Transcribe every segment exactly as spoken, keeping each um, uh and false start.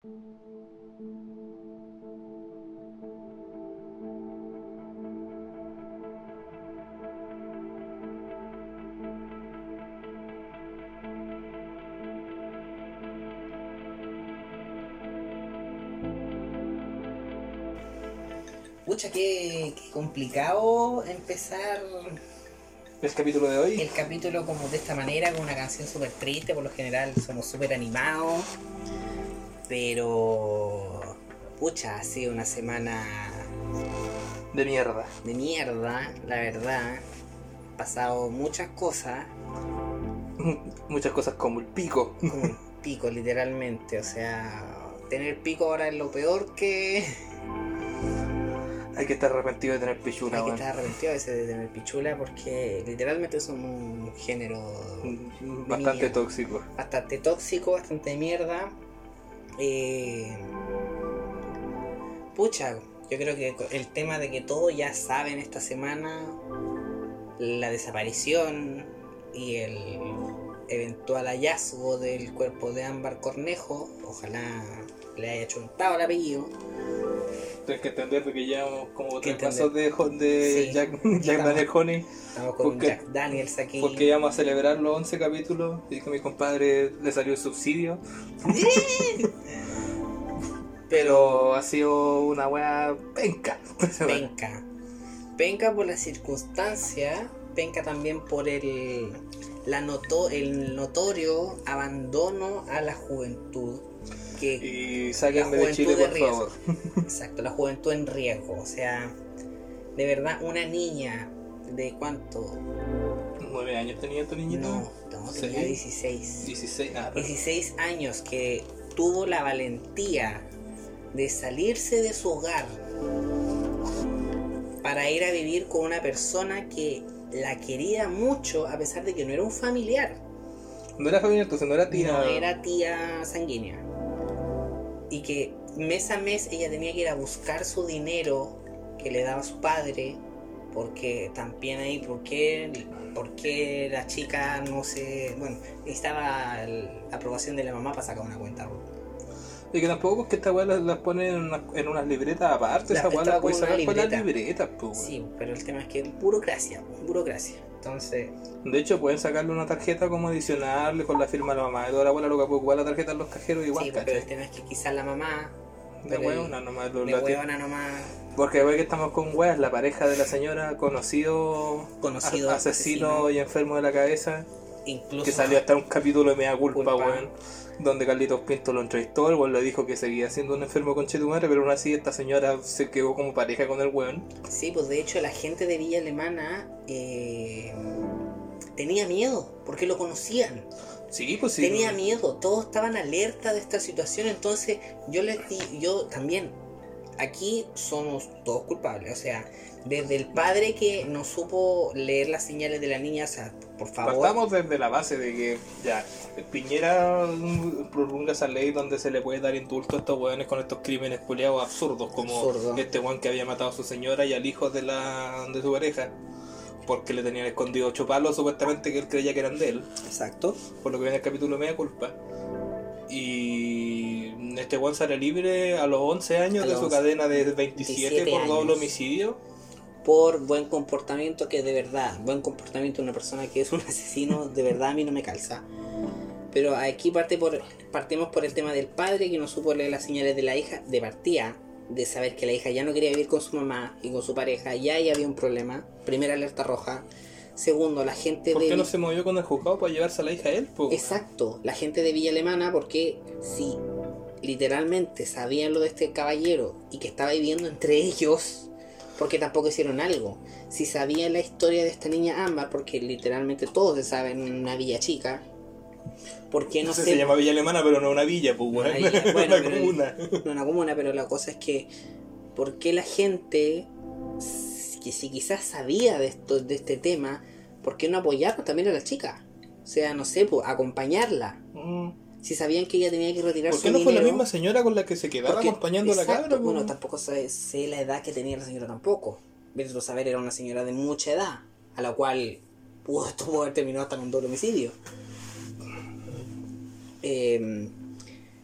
Pucha, qué, qué complicado empezar el capítulo de hoy. El capítulo como de esta manera, con una canción súper triste. Por lo general somos súper animados. Pero... pucha, ha sido una semana... de mierda. De mierda, la verdad. Han pasado muchas cosas. Muchas cosas como el pico. Como el pico, literalmente. O sea, tener pico ahora es lo peor que... Hay que estar arrepentido de tener pichula. Hay que bueno. estar arrepentido a veces de tener pichula, porque literalmente somos un género bastante mierda, tóxico. Bastante tóxico, bastante de mierda. Eh... Pucha, yo creo que el tema de que todos ya saben esta semana la desaparición y el eventual hallazgo del cuerpo de Ámbar Cornejo, ojalá le haya chuntado el apellido. Tienes que entender que llevamos como tres entender? pasos de, de Sí, Jack, Jack Daniel Honey. Estamos con porque, Jack Daniels aquí. Porque íbamos a celebrar los once capítulos y que a mi compadre le salió el subsidio. Pero ha sido una wea penca. Penca. Penca por la circunstancia, penca también por el, la noto, el notorio abandono a la juventud. Que y sáquenme de Chile, por favor. Exacto, la juventud en riesgo. O sea, de verdad, una niña de ¿cuánto? ¿Nueve años tenía tu niñito? No, no tenía dieciséis. dieciséis, ah, pero... dieciséis años, que tuvo la valentía de salirse de su hogar para ir a vivir con una persona que la quería mucho, a pesar de que no era un familiar. No era familiar, entonces no era tía. No era tía sanguínea. Y que mes a mes ella tenía que ir a buscar su dinero que le daba su padre, porque también ahí, porque porque la chica no se... bueno, necesitaba la aprobación de la mamá para sacar una cuenta. Y que tampoco es que estas weas las, las ponen en, una, en unas libretas aparte, esas weas las puedes sacar con las libretas, pues. Sí, pero el tema es que burocracia, burocracia. Entonces... de hecho, pueden sacarle una tarjeta como adicionarle con la firma de la mamá. De toda la abuela lo que puede ocupar la tarjeta en los cajeros igual, sí, ¿cachai? pero el tema es que quizás la mamá... de huevona nomás. De huevona nomás. Porque ve que estamos con weas, la pareja de la señora, conocido, conocido a, asesino, asesino y enfermo de la cabeza. Incluso... que salió hasta un capítulo de Mea Culpa, weón. Donde Carlitos Pinto lo entrevistó, el weón le dijo que seguía siendo un enfermo con Chetumare, pero aún así esta señora se quedó como pareja con el weón. Sí, pues de hecho la gente de Villa Alemana eh, tenía miedo, porque lo conocían. Sí, pues sí. Tenía miedo, todos estaban alerta de esta situación, entonces yo les di, yo también, aquí somos todos culpables, o sea, desde el padre que no supo leer las señales de la niña, o sea, por favor. Partamos desde la base de que ya Piñera prolonga esa ley donde se le puede dar indulto a estos weones con estos crímenes culiados absurdos, como Absurdo. Este weón que había matado a su señora y al hijo de la de su pareja, porque le tenían escondido ocho palos supuestamente que él creía que eran de él. Exacto. Por lo que viene el capítulo Mea Culpa. Y este weón sale libre a los once años a de su once. Cadena de veintisiete por doble homicidio. Por buen comportamiento, que de verdad, buen comportamiento de una persona que es un asesino, de verdad a mí no me calza. Pero aquí parte por, partimos por el tema del padre que no supo leer las señales de la hija, de partida, de saber que la hija ya no quería vivir con su mamá y con su pareja, ya ahí había un problema. Primera alerta roja. Segundo, la gente de... ¿por qué de... no se movió con el juzgado para llevarse a la hija a él? Po? Exacto, la gente de Villa Alemana, porque si literalmente sabían lo de este caballero y que estaba viviendo entre ellos... porque tampoco hicieron algo. Si sabían la historia de esta niña Ámbar, porque literalmente todos se saben en una villa chica, ¿por qué no, no sé? Se llama Villa Alemana, pero no una villa, pues bueno, una, villa, bueno, una comuna. No una comuna, pero la cosa es que, ¿por qué la gente, que si quizás sabía de esto, de este tema, ¿por qué no apoyarnos también a la chica? O sea, no sé, pues, acompañarla. Mm. Si sabían que ella tenía que retirar su dinero. ¿Por qué no fue la misma señora con la que se quedaba porque, acompañando exacto, a la cabra? Bueno, tampoco sé, sé la edad que tenía la señora tampoco. Vete a saber, era una señora de mucha edad, a la cual pudo, tuvo haber terminado hasta con doble homicidio. Eh,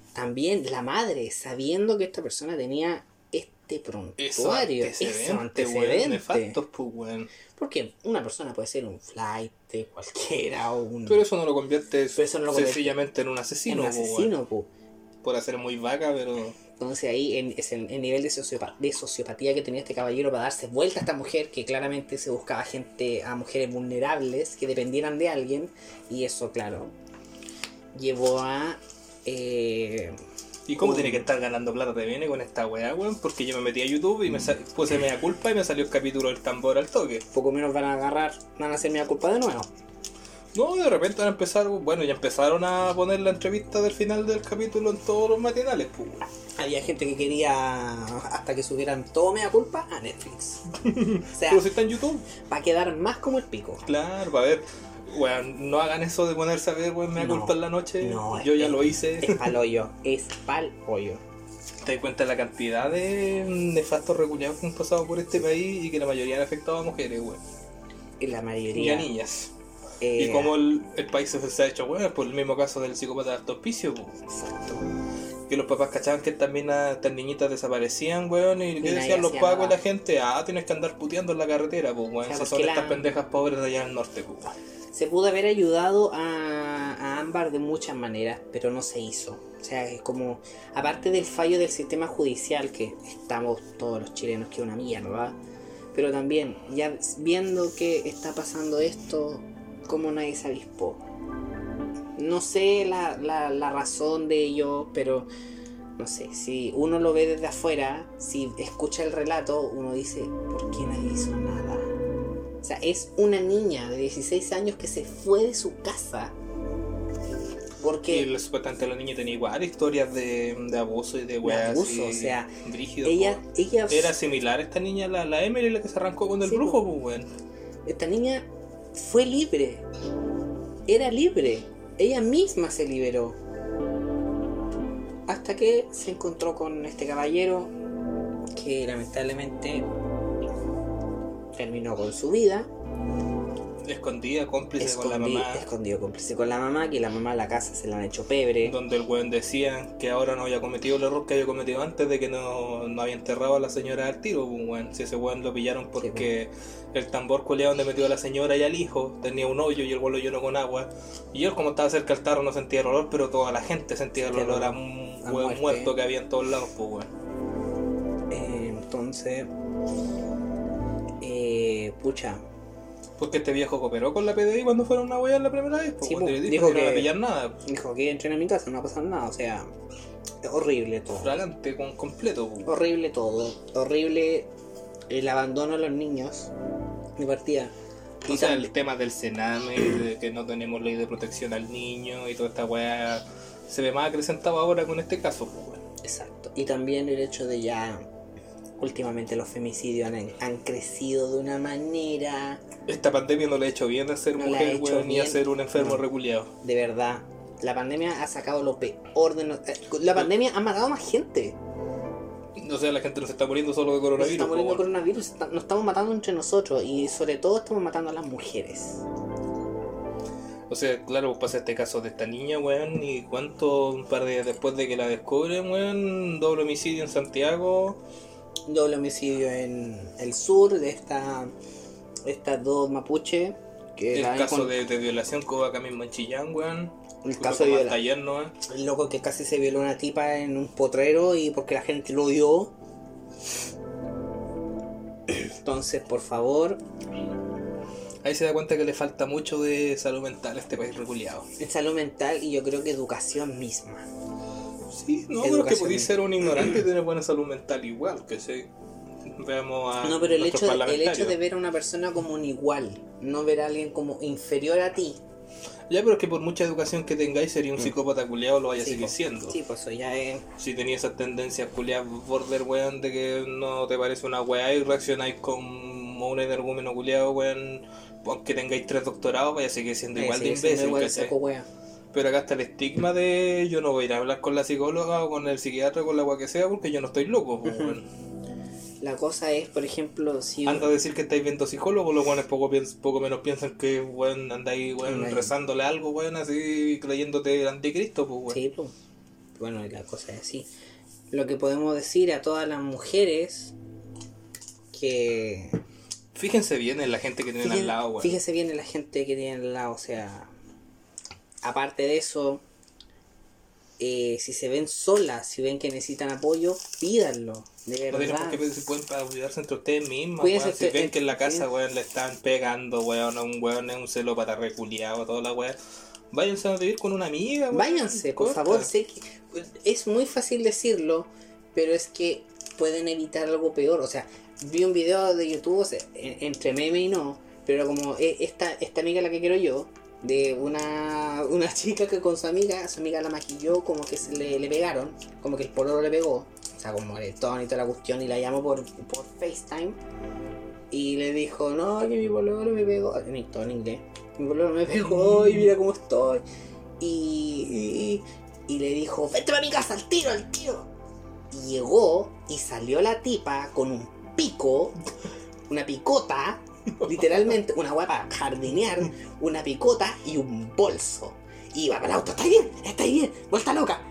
también la madre, sabiendo que esta persona tenía este prontuario, esos antecedentes nefastos, pues, weón. Porque una persona puede ser un flight de cualquiera o un... Pero eso no lo convierte no lo sencillamente convierte en un asesino, en un asesino, pues. Por hacer muy vaca, pero... Entonces ahí en, es el, el nivel de, sociopa de sociopatía que tenía este caballero para darse vuelta a esta mujer, que claramente se buscaba gente, a mujeres vulnerables que dependieran de alguien, y eso, claro, llevó a... Eh, ¿Y cómo un... tiene que estar ganando plata te viene con esta weá, weón? Porque yo me metí a YouTube y me puse mea culpa y me salió el capítulo del tambor al toque. Poco menos van a agarrar, van a hacer mea culpa de nuevo. No, de repente van a empezar, bueno, ya empezaron a poner la entrevista del final del capítulo en todos los matinales, pues. Había gente que quería hasta que subieran todo mea culpa a Netflix. O sea, pero si está en YouTube. Va a quedar más como el pico. Claro, para ver, weón, no hagan eso de ponerse a ver, weón, mea no, culpa en la noche. No, yo es, ya es, lo hice. Es pal hoyo, es pal hoyo. ¿Te das cuenta de la cantidad de nefastos recuñados que han pasado por este país y que la mayoría han afectado a mujeres, weón? Y la mayoría. Y a niñas. Eh, y como el, el país se ha hecho bueno, es por el mismo caso del psicópata de alto hospicio, pues. Exacto. Que los papás cachaban que también a estas niñitas desaparecían, weón, y que decían los pagos y la gente, ah, tienes que andar puteando en la carretera, pues, weón, o sea, esas son la... estas pendejas pobres de allá del norte, pues. Se pudo haber ayudado a, a Ámbar de muchas maneras, pero no se hizo. O sea, es como, aparte del fallo del sistema judicial, que estamos todos los chilenos que es una mierda, pero también, ya viendo que está pasando esto, como nadie se avispó. No sé la, la, la razón de ello, pero no sé, si uno lo ve desde afuera, si escucha el relato, uno dice, ¿por qué nadie hizo nada? O sea, es una niña de dieciséis años que se fue de su casa. Porque... Y supuestamente la niña tenía igual historias de, de abuso y de weas. De abuso, o sea, brígido, ella, ella... Era similar a esta niña, la, la Emily, la que se arrancó con el sí, brujo, pues, weón. Esta niña fue libre. Era libre. Ella misma se liberó. Hasta que se encontró con este caballero que lamentablemente terminó con su vida. Escondida, cómplice Escondi, con la mamá. Escondido, cómplice con la mamá, que la mamá en la casa se la han hecho pebre. Donde el weón decía que ahora no había cometido el error que había cometido antes de que no, no había enterrado a la señora al tiro, weón. Si ese weón lo pillaron porque sí, el tambor culeado donde metió a la señora y al hijo tenía un hoyo y el weón lo llenó con agua. Y él, como estaba cerca del tarro, no sentía el olor, pero toda la gente sentía el olor a un weón muerte. muerto que había en todos lados, pues weón. Eh, entonces, eh, pucha. Porque este viejo cooperó con la P D I cuando fueron a huear la primera vez, pues, sí, pues, dijo, dijo que no iban a pillar nada. Dijo que entren a mi casa, no va a pasar nada, o sea, horrible todo. Fragante, con completo. Pues. Horrible todo, horrible el abandono a los niños de partida. O y sea, también el tema del Sename, de que no tenemos ley de protección al niño y toda esta weá se ve más acrecentado ahora con este caso, pues, bueno. Exacto. Y también el hecho de ya últimamente los femicidios han, han crecido de una manera. Esta pandemia no le ha hecho bien a ser no mujer, weón, ni a ser un enfermo no, reculeado. De verdad. La pandemia ha sacado lo peor de nosotros. La pandemia ha matado a más gente. O sea, la gente no se está muriendo solo de coronavirus. No se está muriendo de coronavirus, nos estamos matando entre nosotros. Y sobre todo estamos matando a las mujeres. O sea, claro, pasa este caso de esta niña, weón, y cuánto, un par de días después de que la descubren, weón, doble homicidio en Santiago. Doble homicidio en el sur de esta estas dos mapuche. Que el caso con... de, de violación que hubo acá mismo en Chillán, weón. El caso de violación. Ayer, ¿no? El loco que casi se violó a una tipa en un potrero y porque la gente lo odió. Entonces, por favor... Ahí se da cuenta que le falta mucho de salud mental a este país reculeado. Salud mental y yo creo que educación misma. Sí, no, pero es que podéis ser un ignorante y tener buena salud mental igual, que sí. Veamos a no, pero el hecho, de, el hecho de ver a una persona como un igual, no ver a alguien como inferior a ti. Ya, pero es que por mucha educación que tengáis, sería un mm. psicópata culiado, lo vaya sí, a seguir pues, siendo. Sí, pues eso ya es... Si tenías esas tendencias culiadas border, weón, de que no te parece una weá y reaccionáis como un energúmeno culiado, weón, aunque tengáis tres doctorados, vaya a seguir siendo igual sí, de imbécil, igual pero acá está el estigma de yo no voy a ir a hablar con la psicóloga o con el psiquiatra o con la weá que sea porque yo no estoy loco, pues, weón. La cosa es, por ejemplo, si... Anda a decir que estáis viendo psicólogos, los weones poco, poco menos piensan que, weón, andáis, weón, rezándole algo, weón, así creyéndote el anticristo, pues, weón. Sí, pues. bueno, la cosa es así. Lo que podemos decir a todas las mujeres que... Fíjense bien en la gente que tienen Fíjense, al lado, weón. Fíjense bien en la gente que tienen al lado, o sea... Aparte de eso, eh, si se ven solas, si ven que necesitan apoyo, pídanlo, de verdad. No tienen por qué, si pueden ayudarse entre ustedes mismos, Cuídense weón. Si usted- ven que en la casa, sí. weón, le están pegando, weón, a un weón es un celópata reculiado, toda la weón. Váyanse a vivir con una amiga, weón. Váyanse, por corta. favor, sé que es muy fácil decirlo, pero es que pueden evitar algo peor. O sea, vi un video de YouTube, o sea, en- entre meme y no, pero como eh, esta, esta amiga la que quiero yo, de una, una chica que con su amiga, su amiga la maquilló, como que se le, le pegaron, como que el pololo le pegó, o sea, como el tono y toda la cuestión, y la llamó por, por FaceTime, y le dijo, no, que mi pololo me pegó, en todo en inglés, mi pololo me pegó y mira cómo estoy, y, y, y le dijo, vete para mi casa, al tiro, al tiro, y llegó, y salió la tipa con un pico, una picota, literalmente, una guapa jardinear, una picota y un bolso. Y iba para el auto, ¿está bien? ¿Está bien? Vuelta loca.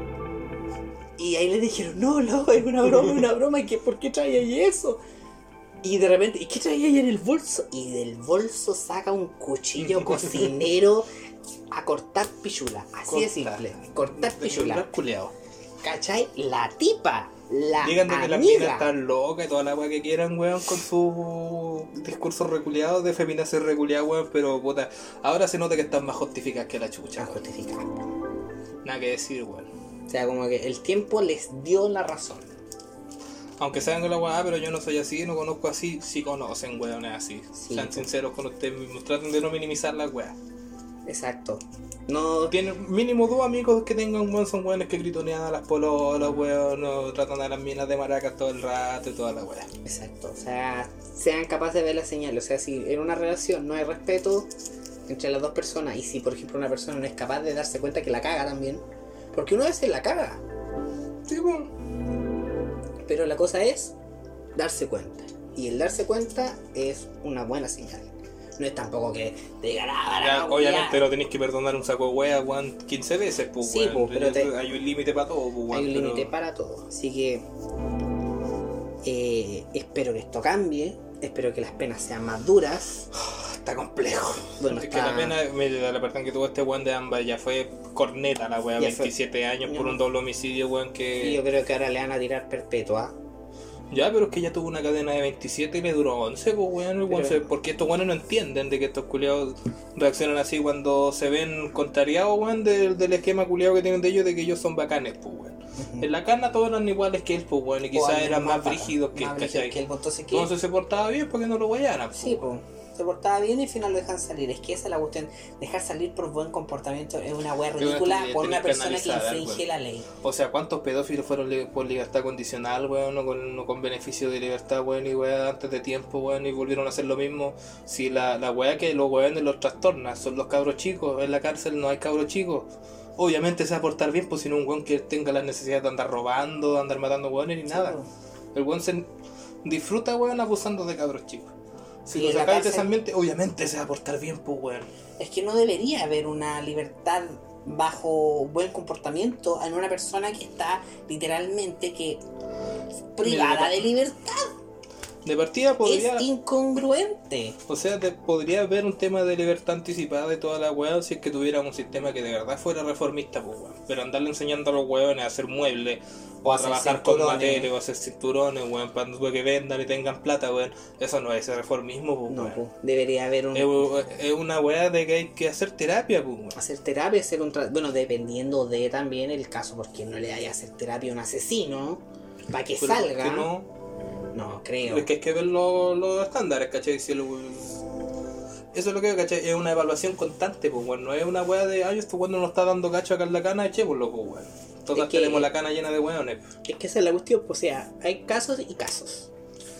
Y ahí le dijeron, no, no, es una broma, es una broma, ¿qué, ¿por qué trae ahí eso? Y de repente, ¿y qué trae ahí en el bolso? Y del bolso saca un cuchillo cocinero a cortar pichula. Así Corta. de simple, cortar pichula. Culeado. ¿Cachai? La tipa, la Digan de que las amiga. minas están locas y toda la weá que quieran, weón, con sus discursos reculeados de feminacer reculeado, weón, pero puta, ahora se nota que están más justificadas que la chucha, Está weón. justificado. Nada que decir, weón. O sea, como que el tiempo les dio la razón. Aunque saben con la weá, pero yo no soy así, no conozco así, sí conocen, weón, es así. Sí, Sean pues. sinceros con ustedes mismos, traten de no minimizar la weá. Exacto. No, Tienen mínimo dos amigos que tengan, weón, son weones que gritonean a las pololas, weón, no, tratan a las minas de maracas todo el rato y toda la weá. exacto. O sea, sean capaces de ver la señal. O sea, si en una relación no hay respeto entre las dos personas, y si por ejemplo una persona no es capaz de darse cuenta que la caga también, porque uno a veces la caga, Sí, weón. pero la cosa es darse cuenta. Y el darse cuenta es una buena señal. No es tampoco que te digan, ah, Ya, la obviamente weá. no tenéis que perdonar un saco de wea, weón, quince veces, pues, Sí, weón. pues, pero te- Hay un límite para todo, pues, weón. Hay un pero- límite para todo. Así que eh, espero que esto cambie. Espero que las penas sean más duras. Está complejo. Bueno, es está- que la pena, me da la verdad que tuvo este weón de ambas ya fue corneta la wea, Ya fue. veintisiete años por un doble homicidio, weón, Y yo que... creo que ahora le van a tirar perpetua. Ya, pero es que ya tuvo una cadena de veintisiete y le duró once, pues, weón, el weón Pero- se- porque estos weones no entienden de que estos culiados reaccionan así cuando se ven contrariados, weón, del, del esquema culiado que tienen de ellos, de que ellos son bacanes, pues, weón. En la carne todos eran iguales que él, pues, weón, y O quizás al eran menos más bacán, brígidos que más él, brígidos ¿cachai? que él, pues, entonces, ¿qué? Entonces se portaba bien porque no lo guayaran, pues. Sí, pues. Se portaba bien y al final lo dejan salir. Es que esa es la cuestión. Dejar salir por buen comportamiento es una wea una ridícula estupidez, por una tenés que persona que analizar algo. infringe la ley. O sea, ¿cuántos pedófilos fueron li- por libertad condicional, weón? No con, no con beneficio de libertad, weón, y weón, antes de tiempo, weón, y volvieron a hacer lo mismo. Si la, la weá que los weones los trastorna son los cabros chicos, en la cárcel no hay cabros chicos. Obviamente se va a portar bien, pues si no un weón que tenga la necesidad de andar robando, de andar matando weones ni nada. pues. El weón se disfruta, weón, abusando de cabros chicos. Si Sí, lo en la sacáis de ese cárcel- ambiente, obviamente se va a portar bien, pues weón. Es que no debería haber una libertad bajo buen comportamiento en una persona que está literalmente que privada Mira, de libertad. De partida podría... Es incongruente. O sea, te- podría haber un tema de libertad anticipada de toda la weá si es que tuviéramos un sistema que de verdad fuera reformista, pues weón. Pero andarle enseñando a los weones a hacer muebles, o a hacer trabajar con cinturones. materiales, o a hacer cinturones, weón, para que vendan y tengan plata, weón. Eso no es ese reformismo, pues No, weón. pues, debería haber un... Es, es una weá de que hay que hacer terapia, pues weón. hacer terapia, hacer un tra- bueno, dependiendo de también el caso, porque no le vaya a hacer terapia a un asesino para que Pero ¿por salga. qué no? No, creo. Es que hay que ver los, los estándares, ¿cachai? Si el- Eso es lo que, ¿cachai? Es una evaluación constante, pues, weón. No es una weá de, ay, esto cuando nos está dando cacho acá en la cana, echémoslo, pues, weón. Todas Es que- tenemos la cana llena de weones. Es que esa es la cuestión, pues, o sea, hay casos y casos.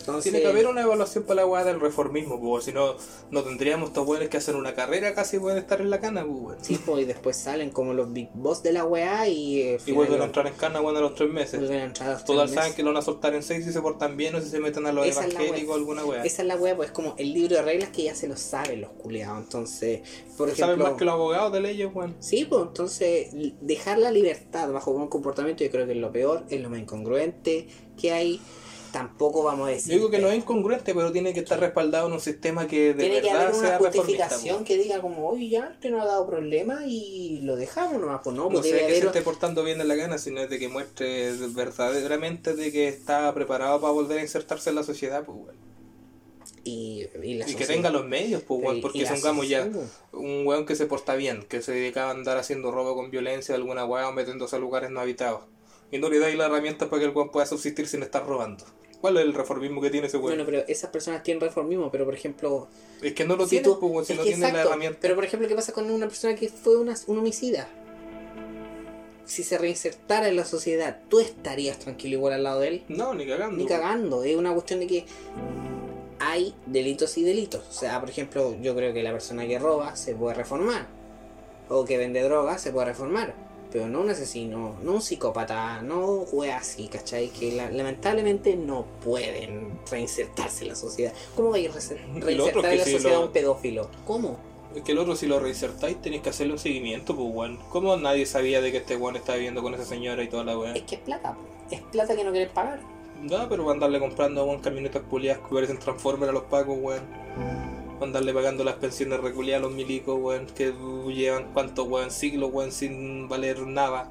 Entonces, tiene que haber una evaluación para la weá del reformismo, porque si no, no tendríamos estos weones que hacen una carrera casi pueden estar en la cana, pues. Sí, pues, y después salen como los big boss de la weá y... Eh, y vuelven a entrar en cana, bueno, a los tres meses. Vuelven a entrar a los Total tres saben meses. que lo van a soltar en seis si se portan bien o si se meten a los Esa evangélicos o alguna weá. Esa es la weá, pues es como el libro de reglas que ya se lo saben los culiados. Entonces, por ejemplo... Saben más que los abogados de leyes, weón. Sí, pues entonces dejar la libertad bajo un comportamiento yo creo que es lo peor, es lo más incongruente que hay. Tampoco vamos a decir... Yo digo que no es incongruente, pero tiene que estar respaldado en un sistema que de tiene verdad que haber una sea justificación reformista, que diga como, oye, ya, que no ha dado problema y lo dejamos nomás, pues no, no pues sé debe que haber... se esté portando bien en la gana, sino de que muestre verdaderamente de que está preparado para volver a insertarse en la sociedad, pues bueno. Y, y, la y que sociedad. tenga los medios, pues bueno, Y- y porque la supongamos ya sociedad. un weón que se porta bien, que se dedicaba a andar haciendo robo con violencia de alguna weá o metiéndose a lugares no habitados. Y no le dais las herramientas para que el weón pueda subsistir sin estar robando. ¿Cuál es el reformismo que tiene ese weón? Bueno, pero esas personas tienen reformismo, pero por ejemplo... Es que no lo si tiene, tú- pues weón, si es no que tiene la exacto, herramienta. Pero por ejemplo, ¿qué pasa con una persona que fue una, un homicida? Si se reinsertara en la sociedad, ¿tú estarías tranquilo igual al lado de él? No, ni cagando. Ni cagando, es una cuestión de que hay delitos y delitos. O sea, por ejemplo, yo creo que la persona que roba se puede reformar. O que vende drogas se puede reformar. Pero no un asesino, no un psicópata, no wea así, ¿cachai? Que la- lamentablemente no pueden reinsertarse en la sociedad. ¿Cómo va a ir rese- Y lo otro reinsertar es en la que si sociedad lo- un pedófilo? ¿Cómo? Es que el otro, si lo reinsertáis, tenéis que hacerle un seguimiento, pues weón. ¿Cómo nadie sabía de que este weón estaba viviendo con esa señora y toda la weá? Es que es plata, po. Es plata que no quieren pagar. No, pero va a andarle comprando weón camionetas culiadas que parecen Transformers a los pacos, weón. Va a andarle pagando las pensiones reculiadas a los milicos, weón, que llevan cuántos weón siglos, weón, sin valer nada.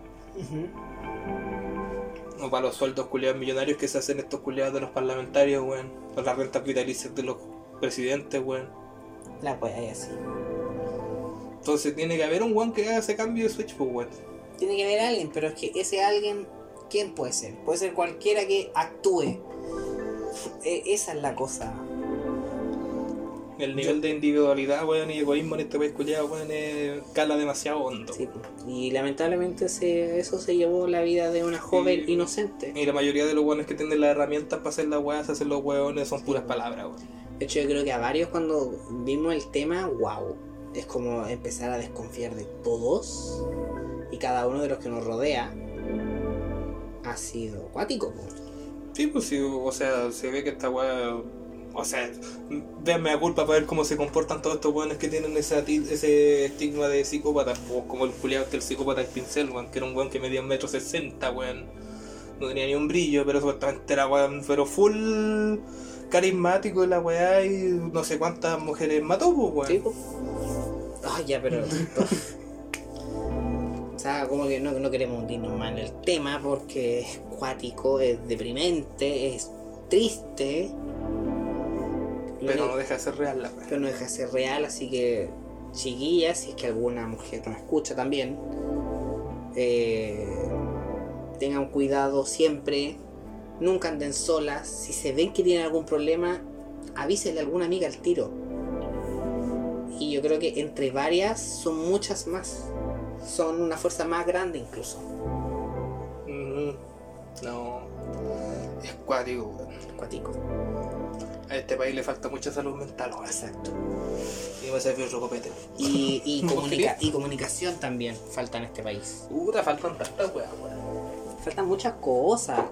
O para los sueldos culiados millonarios que se hacen estos culiados de los parlamentarios, weón. Para las rentas vitalicias de los presidentes, weón. La wea es así. Entonces tiene que haber un weón que haga ese cambio de switch, pues weón. Tiene que haber alguien, pero es que ese alguien, ¿quién puede ser? Puede ser cualquiera que actúe. E- esa es la cosa. El nivel de individualidad, weón, y egoísmo en este país culiado, weón, es- cala demasiado hondo. Sí, y lamentablemente se, eso se llevó la vida de una joven Y- inocente. Y la mayoría de los weones que tienen las herramientas para hacer las weas, hacer los weones, son puras palabras, weón. De hecho, yo creo que a varios cuando vimos el tema, wow, es como empezar a desconfiar de todos y cada uno de los que nos rodea ha sido acuático. Po. Sí, pues sí, o sea, se ve que esta wea... O sea, véanme a culpa para ver cómo se comportan todos estos weones que tienen ese, ese estigma de psicópata, o como el culiado que el psicópata es Pincel, weón, que era un weón que medía un metro sesenta, weón. No tenía ni un brillo, pero supuestamente era weón, pero full carismático y la weá, y no sé cuántas mujeres mató, pues weón. Sí, po. Ay, ya, pero... O sea, como que no, no queremos hundirnos más en el tema porque es cuático, es deprimente, es triste. Pero no deja de ser real la weá. Pero no deja de ser real, así que chiquillas, si es que alguna mujer nos escucha también, eh, tengan cuidado siempre, nunca anden solas, si se ven que tienen algún problema, avísenle a alguna amiga al tiro. Y yo creo que entre varias son muchas más, son una fuerza más grande incluso. Mm, no, es cuático, weón. Cuático. A este país le falta mucha salud mental, weón. Exacto. Y va a ser otro copete. Y, y, ¿No comunica- crees? y comunicación también falta en este país. Puta, faltan tantas weas, weón. Faltan muchas cosas.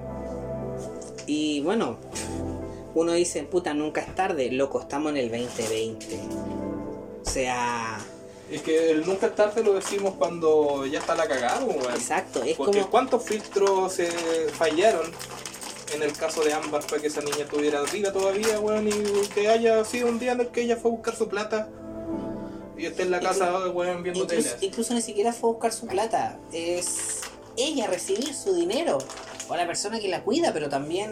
Y bueno, uno dice, puta, nunca es tarde. Loco, estamos en el veinte veinte. O sea, Es que el nunca es tarde lo decimos cuando ya está la cagada, weón. exacto, es Porque como... cuántos filtros se fallaron en el caso de Ámbar para que esa niña estuviera viva todavía, weón, y que haya sido un día en el que ella fue a buscar su plata y esté en la casa, Inclu- weón, viendo Incluso, tele. incluso ni siquiera fue a buscar su plata. Es ella recibir su dinero. O la persona que la cuida, pero también...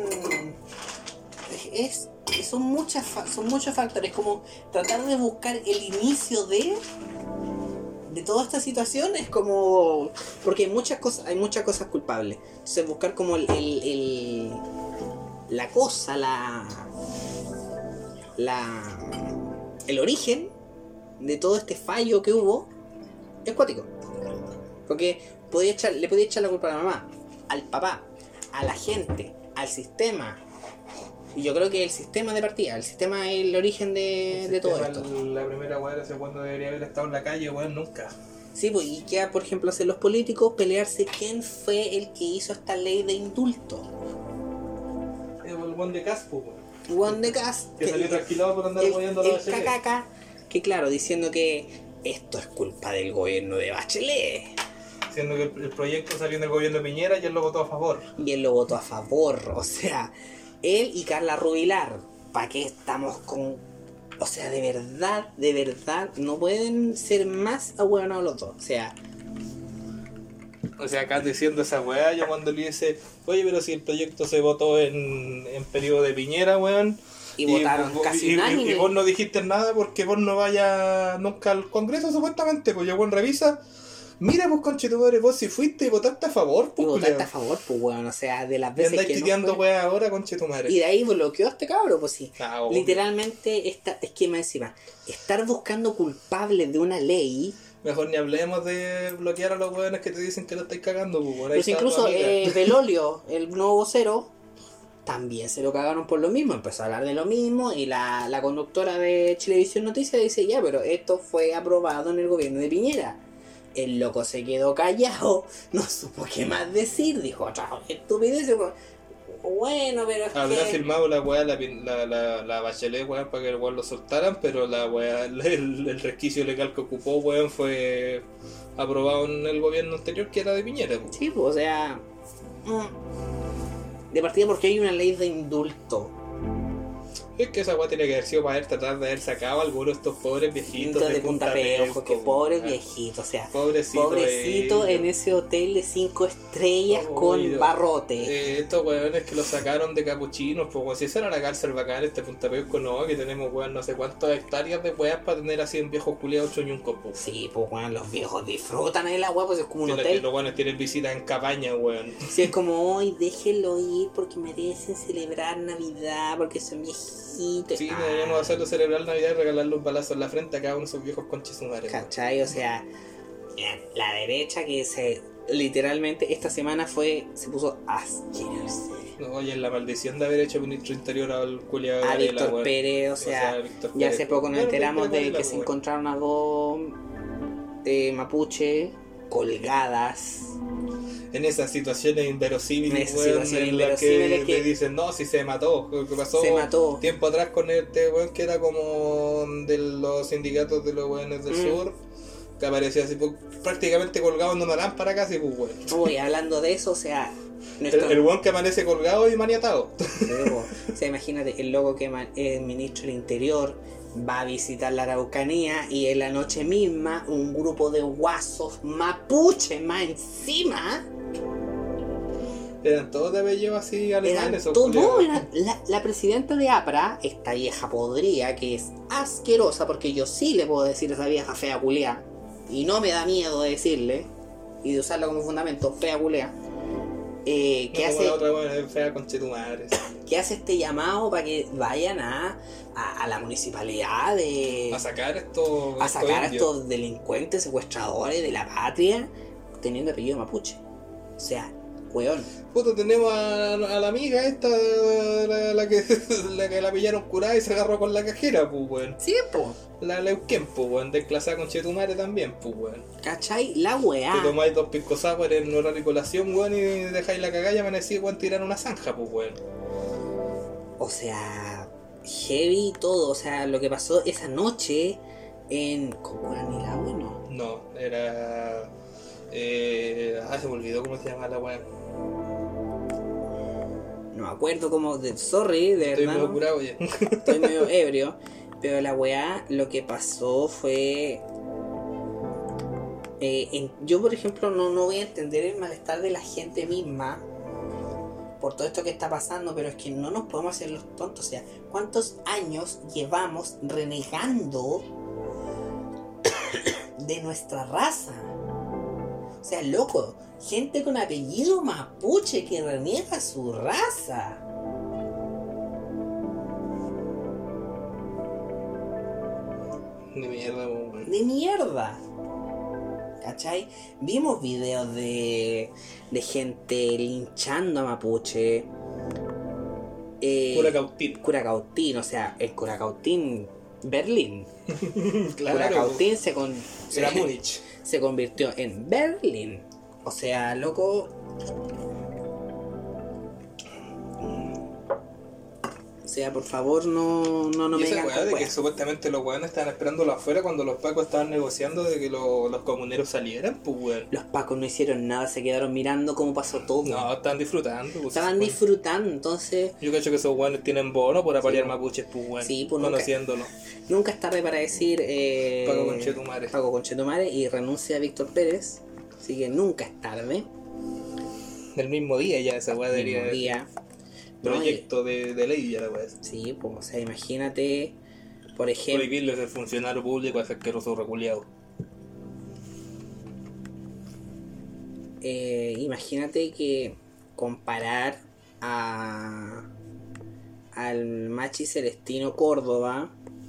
Es, es- son, muchas, fa- son muchos factores. Como tratar de buscar el inicio de... de toda esta situación es como... Porque hay muchas cosas, hay muchas cosas culpables. Entonces buscar como el... el, el- la cosa, la... la... el origen de todo este fallo que hubo es cuático. Porque podía echar, le podía echar la culpa a la mamá, al papá, a la gente, al sistema, Yo creo que el sistema de partida, el sistema es el origen de, el de todo esto. La primera weá hace cuando debería haber estado en la calle, weón, nunca. Sí, pues, y ya, por ejemplo, hacen los políticos pelearse quién fue el que hizo esta ley de indulto. El Juan de Caspo, weón. Juan de Cas. Que, que salió tranquilado por andar apoyando a la Bachelet. El cacaca, que claro, diciendo que esto es culpa del gobierno de Bachelet. Diciendo que el, el proyecto salió del gobierno de Piñera y él lo votó a favor. Y él lo votó a favor, o sea, él y Carla Rubilar. ¿Para qué estamos con...? O sea, de verdad, de verdad, no pueden ser más ahueonados los dos, o sea... O sea, acá diciendo esa weá, yo cuando le dice, oye, pero si el proyecto se votó en, en periodo de Piñera, weón. Y, y votaron y, casi y, unánime. Y, y vos no dijiste nada porque vos no vayas nunca al Congreso, supuestamente. Pues yo, weón, revisa. Mira, pues, conchetumare, vos si fuiste y votaste a favor, pues. Y votaste a favor, pues, weón, o sea, de las veces y que no fue... weá ahora, conchetumare. Y de ahí bloqueó a este cabro, pues sí. Ah, literalmente, esta, es que me encima, estar buscando culpables de una ley... Mejor ni hablemos de bloquear a los weones que te dicen que lo estáis cagando, pues. Por ahí pues incluso eh, Belolio, el nuevo vocero, también se lo cagaron por lo mismo. Empezó a hablar de lo mismo y la, la conductora de Chilevisión Noticias dice, ya, pero esto fue aprobado en el gobierno de Piñera. El loco se quedó callado, no supo qué más decir, dijo otra estupidez. Bueno, pero es Habrá que... firmado la weá, la, la, la, la Bachelet, weón, para que el weón lo soltaran, pero la weá, el, el resquicio legal que ocupó, weón, fue aprobado en el gobierno anterior, que era de Piñera, weón. Sí, pues, o sea... De partida porque hay una ley de indulto. Es que esa weá tiene que haber sido para haber tratar de haber sacado a algunos de estos pobres viejitos de, de Punta Peuco, que pobres weá. viejitos, o sea, pobrecito, pobrecito en ese hotel de cinco estrellas oh, con oído. barrote. Eh, estos weones que los sacaron de capuchinos, pues si esa era la cárcel bacán, este Punta Peuco no, que tenemos weón no sé cuántas hectáreas de weas para tener así en viejos culiados choñuncos, pues. Sí, pues weón, los viejos disfrutan ahí la weá, pues es como un Tiene hotel. Que los weones tienen visitas en cabaña, weón. Sí, es como hoy déjenlo ir porque merecen celebrar Navidad, porque son viejitos. Sí, deberíamos hacerlo celebrar Navidad y regalarle un balazo en la frente a cada uno de esos viejos conches sumares. ¿Cachai? O sea, la derecha que se literalmente esta semana fue se puso asquerosa. No, oye, la maldición de haber hecho ministro interior al culiado a Víctor la, Pérez, o sea, o sea ya hace poco nos enteramos de que se encontraron a dos eh, mapuche colgadas en esas situaciones inverosímiles, en, esa situación en las que, que te dicen, no, si se mató, que pasó se mató. tiempo atrás con este weón que era como de los sindicatos de los weones del mm. sur, que aparecía así pues, prácticamente colgado en una lámpara casi, pues weón. Uy, hablando de eso, o sea... Nuestro... El, el weón que amanece colgado y maniatado. O sea, imagínate, el loco que man, el ministro del Interior va a visitar la Araucanía y en la noche misma un grupo de guasos mapuche más encima... Eran todos de apellido así alemanes. Todo, no, era la, la presidenta de APRA, esta vieja podrida, que es asquerosa, porque yo sí le puedo decir a esa vieja fea culiá, y no me da miedo de decirle, y de usarla como fundamento, fea culiá, eh, que, no, hace, otra, bueno, fea conchetumadre, que hace este llamado para que vayan a, a, a la municipalidad de... A sacar estos... A sacar a estos delincuentes, secuestradores de la patria, teniendo apellido mapuche. O sea... Weón. Puto, tenemos a, a la amiga esta, la, la, que, la que la pillaron curada y se agarró con la cajera, pues, weón. Sí, pues. La Leuquén, pues, weón, desclasada con Chetumare también, pues, weón. ¿Cachai? La weá. Te tomáis dos pisco sour en horario de colación, weón, y dejáis la cagalla y amanecís, weón, tirar una zanja, pues, weón. O sea, heavy todo, o sea, lo que pasó esa noche en... ¿Cómo era ni la bueno? No, era... Eh... Ah, se me olvidó cómo se llama la weá. No me acuerdo cómo, de, sorry, de Estoy verdad. medio curado ya. Estoy medio ebrio. Pero la weá, lo que pasó fue... Eh, en, yo, por ejemplo, no, no voy a entender el malestar de la gente misma por todo esto que está pasando, pero es que no nos podemos hacer los tontos. O sea, ¿cuántos años llevamos renegando de nuestra raza? O sea, loco, gente con apellido mapuche que reniega su raza. De mierda, weón. De mierda. ¿Cachai? Vimos videos de, de gente linchando a mapuche. Eh, Curacautín. Curacautín, o sea, el Curacautín Berlín. Claro. Curacautín se, con, Era se, Múnich. se convirtió en Berlín. O sea, loco. O sea, por favor, no, no, no y me esa digan weá con de que weas. supuestamente los weones estaban esperándolo afuera cuando los pacos estaban negociando de que lo- los comuneros salieran, pues weón. Los pacos no hicieron nada, se quedaron mirando cómo pasó todo. No, estaban disfrutando. Pues, Estaban pues. disfrutando, entonces Yo cacho que esos weones tienen bono por aparear Sí, mapuches, pues weón. Sí, pues, nunca- conociéndolo. nunca es tarde para decir eh, Paco Conchetumare. Paco Conchetumare y renuncia a Víctor Pérez. Así que nunca es tarde. Del mismo día ya esa weá debería Mismo día. No, proyecto de, de ley ya la weá. y- sí, pues, o sea, imagínate, por ejemplo, Prohibirle ser funcionario público a ese asqueroso reculeado. eh, imagínate que comparar a al Machi Celestino Córdoba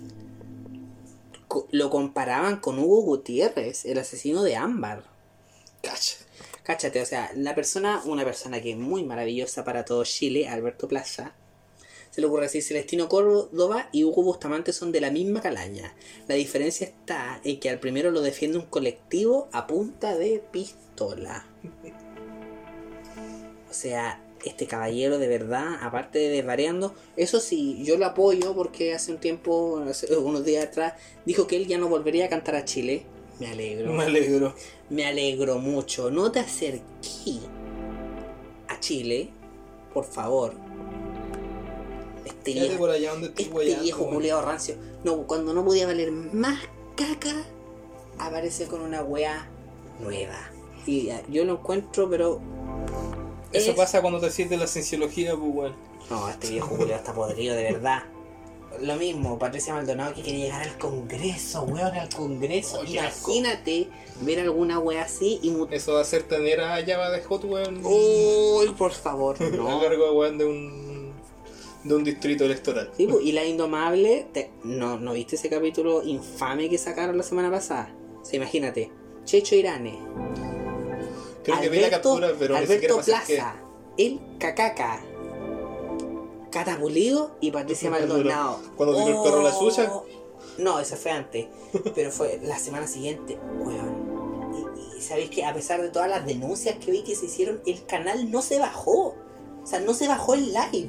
co- lo comparaban con Hugo Gutiérrez, el asesino de Ámbar. Cacha. Cáchate, o sea, la persona, una persona que es muy maravillosa para todo Chile, Alberto Plaza, se le ocurre decir Celestino Córdoba y Hugo Bustamante son de la misma calaña. La diferencia está en que al primero lo defiende un colectivo a punta de pistola. O sea, este caballero de verdad, aparte de desvariando, eso sí, yo lo apoyo porque hace un tiempo, hace unos días atrás, dijo que él ya no volvería a cantar a Chile. Me alegro. Me alegro. Me alegro mucho. No te acerqué a Chile, por favor. Este Quédate viejo, por allá donde estoy este weyando, viejo weón. culeado rancio. No, cuando no podía valer más caca, aparece con una wea nueva. Y eh, yo lo encuentro, pero. Eso es- pasa cuando te sientes la cienciología, pues weón. No, este viejo culeado está podrido, de verdad. Lo mismo, Patricia Maldonado que quiere llegar al Congreso, weón, al Congreso. Oh, qué asco. Imagínate ver alguna wea así y mu- Eso va a ser tener a Java de Hot, weón. Uy, por favor, A no. cargo, weón, de un, de un distrito electoral. Sí, pues, y la Indomable, te- ¿no, ¿no viste ese capítulo infame que sacaron la semana pasada? O sea, imagínate, Checho Irane, Creo que vi la captura, pero ni siquiera Alberto me acerqué. Plaza, el Cacaca, Catapulido y Patricia Maldonado. Cuando tiró el perro la suya. No, esa fue antes, pero fue la semana siguiente, weón. Y, y sabéis que a pesar de todas las denuncias que vi que se hicieron, el canal no se bajó. O sea, no se bajó el live.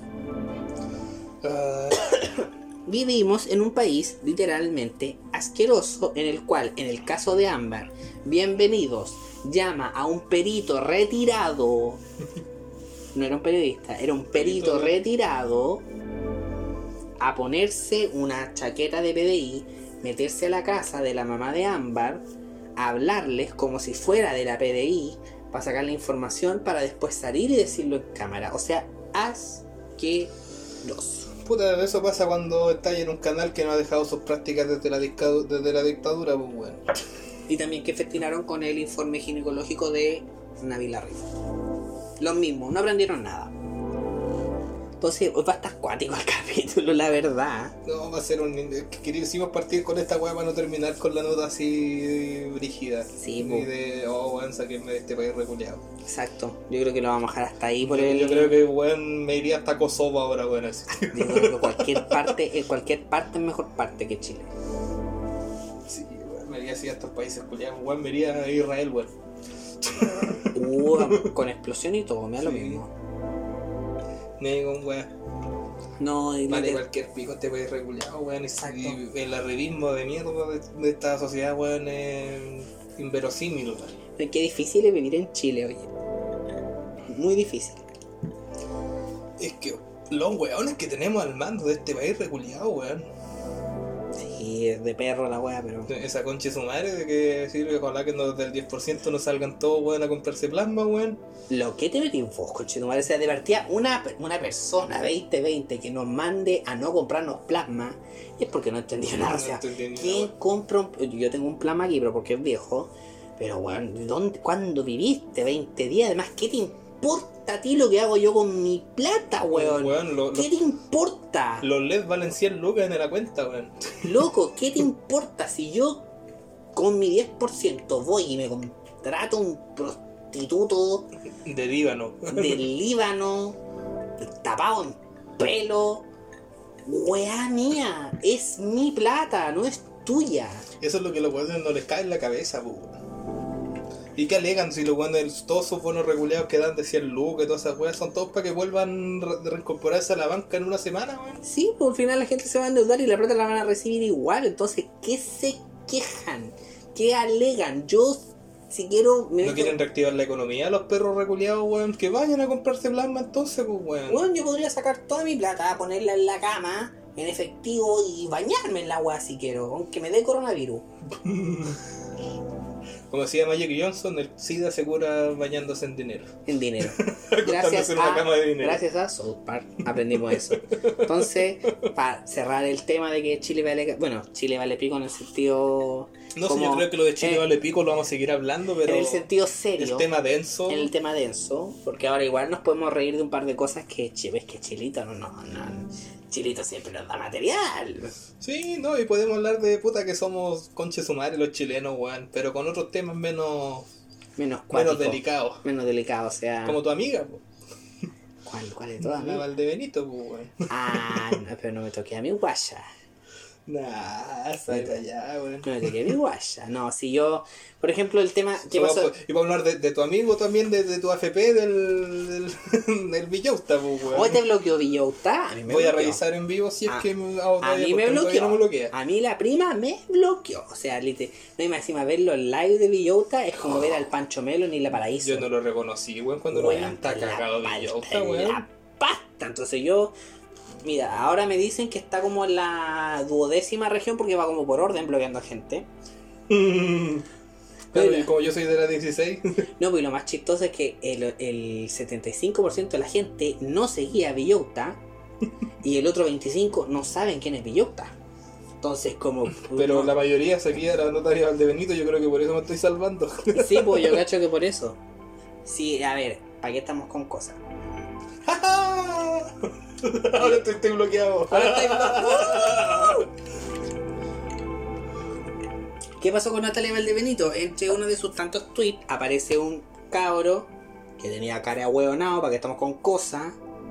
Ah, Vivimos en un país literalmente asqueroso en el cual, en el caso de Ámbar, Bienvenidos llama a un perito retirado. No era un periodista, era un perito Perito. retirado a ponerse una chaqueta de P D I, meterse a la casa de la mamá de Ámbar, a hablarles como si fuera de la P D I, para sacar la información para después salir y decirlo en cámara. O sea, asqueroso. puta, eso pasa cuando estás en un canal que no ha dejado sus prácticas desde la, dictadu- desde la dictadura, pues weón. Y también que festinaron con el informe ginecológico de Nabil Arriba. Los mismos, no aprendieron nada. Entonces, va a estar acuático el capítulo, la verdad. No, va a ser un... es que quisimos partir con esta weá para no terminar con la nota así brígida. Sí, Y po. de, oh, weón, saquenme de este país reculeado. Exacto. Yo creo que lo vamos a dejar hasta ahí por Yo, el... yo creo que, weón, me iría hasta Kosovo ahora, weón, así. Yo creo que cualquier parte, en cualquier parte es mejor parte que Chile. Sí, weón, me iría así a estos países culiados, weón, me iría a Israel, weón. Uh, con explosión y todo, me da lo Sí. mismo. Ni con weón. No, y Vale, liter- cualquier pico este país reculeado, weón. Y, Exacto. y el arribismo de mierda de, de esta sociedad, weón, es inverosímil, weón. qué difícil es vivir en Chile, oye. Muy difícil. Es que los weones que tenemos al mando de este país reculeado, weón. Sí, es de perro la wea, pero... Esa concha de su madre de que sirve, ojalá que no, del diez por ciento no salgan todos, weón, a comprarse plasma, weón. Lo que te metí vos, conchetumare, o sea, de partida, una, una persona veinte veinte que nos mande a no comprarnos plasma es porque no entendió nada. O sea, No entendí nada, ¿quién weón. compra un... Yo tengo un plasma aquí, pero porque es viejo. Pero, weón, ¿dónde, ¿cuándo viviste? veinte días. Además, ¿qué te importa a ti lo que hago yo con mi plata, weón? Weón, lo- ¿Qué lo- te importa? Los L E D valen cien lucas en la cuenta, weón. Loco, ¿qué te importa si yo con mi diez por ciento voy y me contrato un prostituto De Líbano. del Líbano tapado en pelo. Weá mía, es mi plata, no es tuya. Eso es lo que los weones no les cae en la cabeza, pues. ¿Y qué alegan si los weones, todos esos bonos regulados que dan de cien lucas y todas esas weas son todos para que vuelvan a re- reincorporarse a la banca en una semana, weón? Sí, pues al final la gente se va a endeudar y la plata la van a recibir igual. Entonces, ¿qué se quejan? ¿Qué alegan? Yo, si quiero... Me ¿No meto... quieren reactivar la economía los perros reculeados, weón? Que vayan a comprarse plasma entonces, pues, weón. Bueno, yo podría sacar toda mi plata, ponerla en la cama, en efectivo y bañarme en la agua si quiero, aunque me dé coronavirus. Como decía Magic Johnson, el SIDA se cura bañándose en dinero. En dinero. Acostándose Gracias en una a, cama de dinero. gracias a South Park aprendimos eso. Entonces, para cerrar el tema de que Chile vale... Bueno, Chile vale pico en el sentido... No sé, como, yo creo que lo de Chile eh, vale pico lo vamos a seguir hablando, pero... En el sentido serio. El tema denso... En el tema denso. Porque ahora igual nos podemos reír de un par de cosas que... Che, ves que Chilito no, no, no... Chilito siempre nos da material. Sí, no, y podemos hablar de puta que somos conches sumares los chilenos, weón, pero con otros temas menos... Menos cuático, menos delicados. Menos delicado, o sea... Como tu amiga, po. ¿Cuál, cuál de todas? La Valdebenito, po, weón. Ah, no, pero no me toqué a mi guaya. Nah, sale allá, weón. No me toqué a mi guaya. No, si yo... Por ejemplo, el tema... ¿Qué Y pasó? vamos a hablar de, de tu amigo también, de, de tu A F P, del, del, del Villauta, po, weón. ¿Hoy te bloqueó Villauta? A mí me Voy bloqueó. a revisar en vivo si es Ah, que me, oh, A mí porque me todavía bloqueó. no me bloquea. A mí la prima me bloqueó. O sea, lite, no hay más encima verlo en live de Villauta es como ver al Pancho Melo en Isla Paraíso. Yo no lo reconocí, weón, cuando lo vi. Weón, Está te la cagado palta, Villauta, te weón. la pasta. Entonces yo... Mira, ahora me dicen que está como en la duodécima región porque va como por orden bloqueando a gente. Claro, y como yo soy de la dieciséis. No, pues lo más chistoso es que el, el setenta y cinco por ciento de la gente no seguía a Villauta y el otro veinticinco por ciento no saben quién es Villauta. Entonces, como... Pero no, la mayoría seguía a la notaria Valdebenito, yo creo que por eso me estoy salvando. Sí, pues yo cacho que por eso. Sí, a ver, ¿para qué estamos con cosas? Ahora estoy, estoy bloqueado. Ahora estáis- ¿Qué pasó con Natalia Valdebenito? Entre uno de sus tantos tweets aparece un cabro que tenía cara de hueonado, para que estamos con cosas.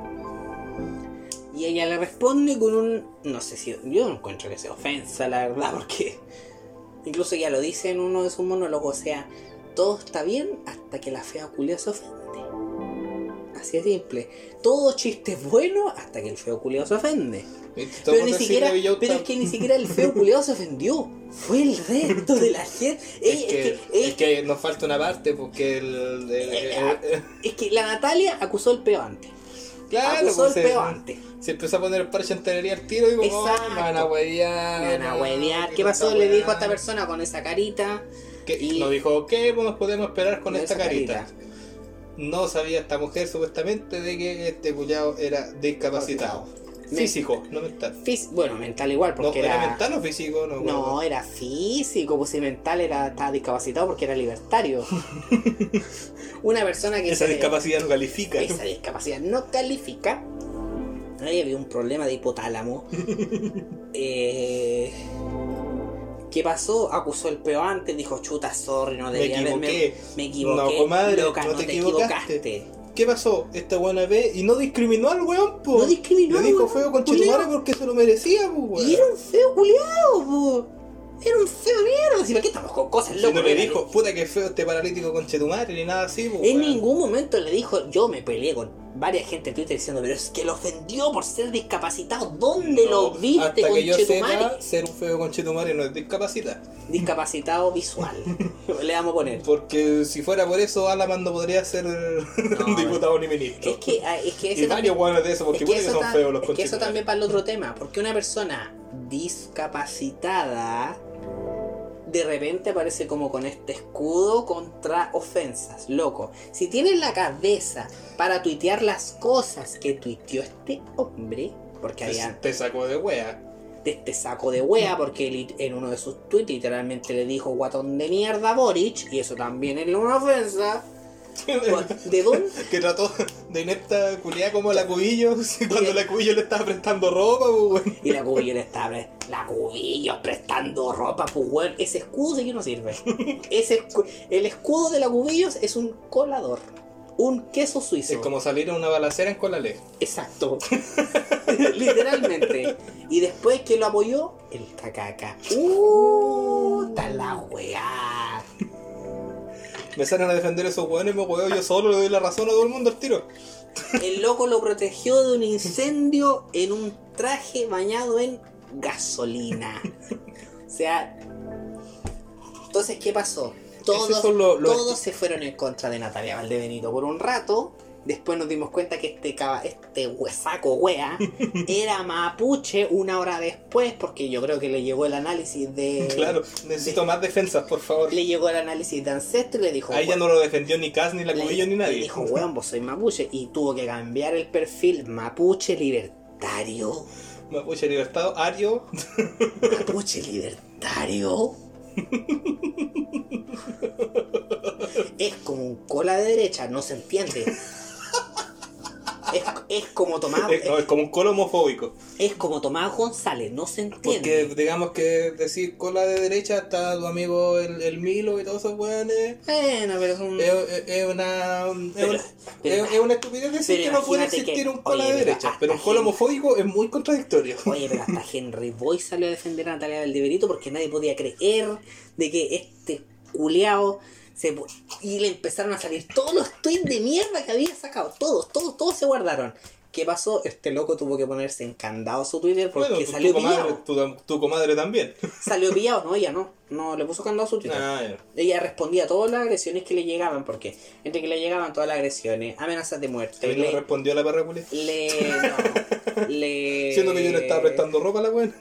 Y ella le responde con un... No sé si... Yo no encuentro que sea ofensa, la verdad, porque... Incluso ella lo dice en uno de sus monólogos, o sea... Todo está bien hasta que la fea culia se ofende. Así de simple. Todo chiste es bueno hasta que el feo culiao se ofende. Pero ni siquiera, pero es que ni siquiera el feo culiao se ofendió. Fue el resto de la gente. Es, Eh, que, es, que, es que nos falta una parte porque el... el- el- eh, el- es que la Natalia acusó el peo antes. claro, acusó pues el se, peo antes. se empezó a poner el parche en telería al tiro y digo, oh, Exacto. me van a huevear. Me van a no, huevear. que ¿Qué pasó? tanta Le dijo a hueá. esta persona con esa carita. Que y- nos dijo, ¿qué nos podemos esperar con Con esta esa carita? carita. No sabía esta mujer supuestamente de que este culiao era discapacitado. Me- Físico, no mental. Fis- bueno, mental igual, No, porque ¿era era... mental o físico? No, No, bueno. era físico, pues si mental era, estaba discapacitado porque era libertario. Una persona que Esa se- discapacidad no califica. esa discapacidad no califica. Ahí había un problema de hipotálamo. eh, ¿Qué pasó? Acusó el peo antes, dijo chuta, sorry, no Me debía equivoqué. haberme- Me equivoqué. No, comadre, loca, no no te te equivocaste. equivocaste. ¿Qué pasó? Esta buena ve y no discriminó al weón, po. No discriminó, Le dijo weón, feo con culiao. Chetumare porque se lo merecía, po, weón. Y era un feo culiao, po. Era un feo mierda. Si ¿para qué estamos con cosas Si locas? no le dijo, puta que feo este paralítico con Chetumare ni nada así, po, En weón. ningún momento le dijo, yo me peleé con varias gente en Twitter diciendo, pero es que lo ofendió por ser discapacitado. ¿Dónde No, lo viste, hasta que yo conchetumare? sepa, ser un feo con Chetumare no es discapacidad. Discapacitado visual. Le vamos a poner. Porque si fuera por eso, Alaman no podría ser diputado ni ministro. Es que, ah, es que ese Y varios también, hueones de eso, porque es que puede que eso son ta- feos los es que eso conchetumares. también para el otro tema. Porque una persona discapacitada de repente aparece como con este escudo contra ofensas. Loco, si tienes la cabeza para tuitear las cosas que tuiteó este hombre, porque Te, había te sacó de wea. de este saco de wea, porque él en uno de sus tweets literalmente le dijo guatón de mierda a Boric, y eso también es una ofensa. ¿De dónde? Que trató de inepta culiada como la Cubillo cuando la Cubillo le estaba prestando ropa, pues, weón. Y la Cubillo le está pre- la Cubillo prestando ropa, pues weón. Ese escudo sí que no sirve. Ese escu- el escudo de la Cubillos es un colador. un queso suizo. Es como salir a una balacera en Colalé. Exacto. Literalmente. Y después que lo apoyó, el cacaca. ¡Uh! ¡Ta la weá! Me salen a defender esos hueones, me huevo yo solo, le doy la razón a todo el mundo al tiro. El loco lo protegió de un incendio en un traje bañado en gasolina. O sea... Entonces, ¿qué pasó? Todos, lo, lo todos se fueron en contra de Natalia Valdebenito por un rato. Después nos dimos cuenta que este caba, este huesaco wea era mapuche una hora después, porque yo creo que le llegó el análisis de... Claro, necesito de, más defensas, por favor. Le llegó el análisis de Ancestro y le dijo... Ahí ya no lo defendió ni Cas, ni la Cubillo, ni nadie. Le dijo, weón, vos sois mapuche. Y tuvo que cambiar el perfil mapuche libertario. Mapuche libertado, ario. Mapuche libertario. Es como un cola de derecha, no se entiende. Es, es como Tomás. Es, no, es como un cola homofóbico. Es como Tomás González, no se entiende. Porque digamos que decir cola de derecha está tu amigo el, el Milo y todos esos weones. Bueno, pero es un. Es, es una. Pero, es, pero, es, es una estupidez decir que no puede existir que, un cola oye, de derecha. Pero un cola homofóbico es muy contradictorio. Oye, pero hasta Henry Boy salió a defender a Natalia Valdebenito porque nadie podía creer de que este culiao. Se, y le empezaron a salir todos los tweets de mierda que había sacado. Todos, todos, todos se guardaron. ¿Qué pasó? Este loco tuvo que ponerse en candado su Twitter porque bueno, tu, salió tu comadre, pillado. Tu, tu comadre también. Salió pillado, no, ella no. No le puso candado a su Twitter. Ah, yeah. Ella respondía a todas las agresiones que le llegaban, porque entre que le llegaban todas las agresiones, amenazas de muerte. ¿Le respondió a la perra culia? Le. No, le. Siendo que yo le estaba prestando ropa a la buena.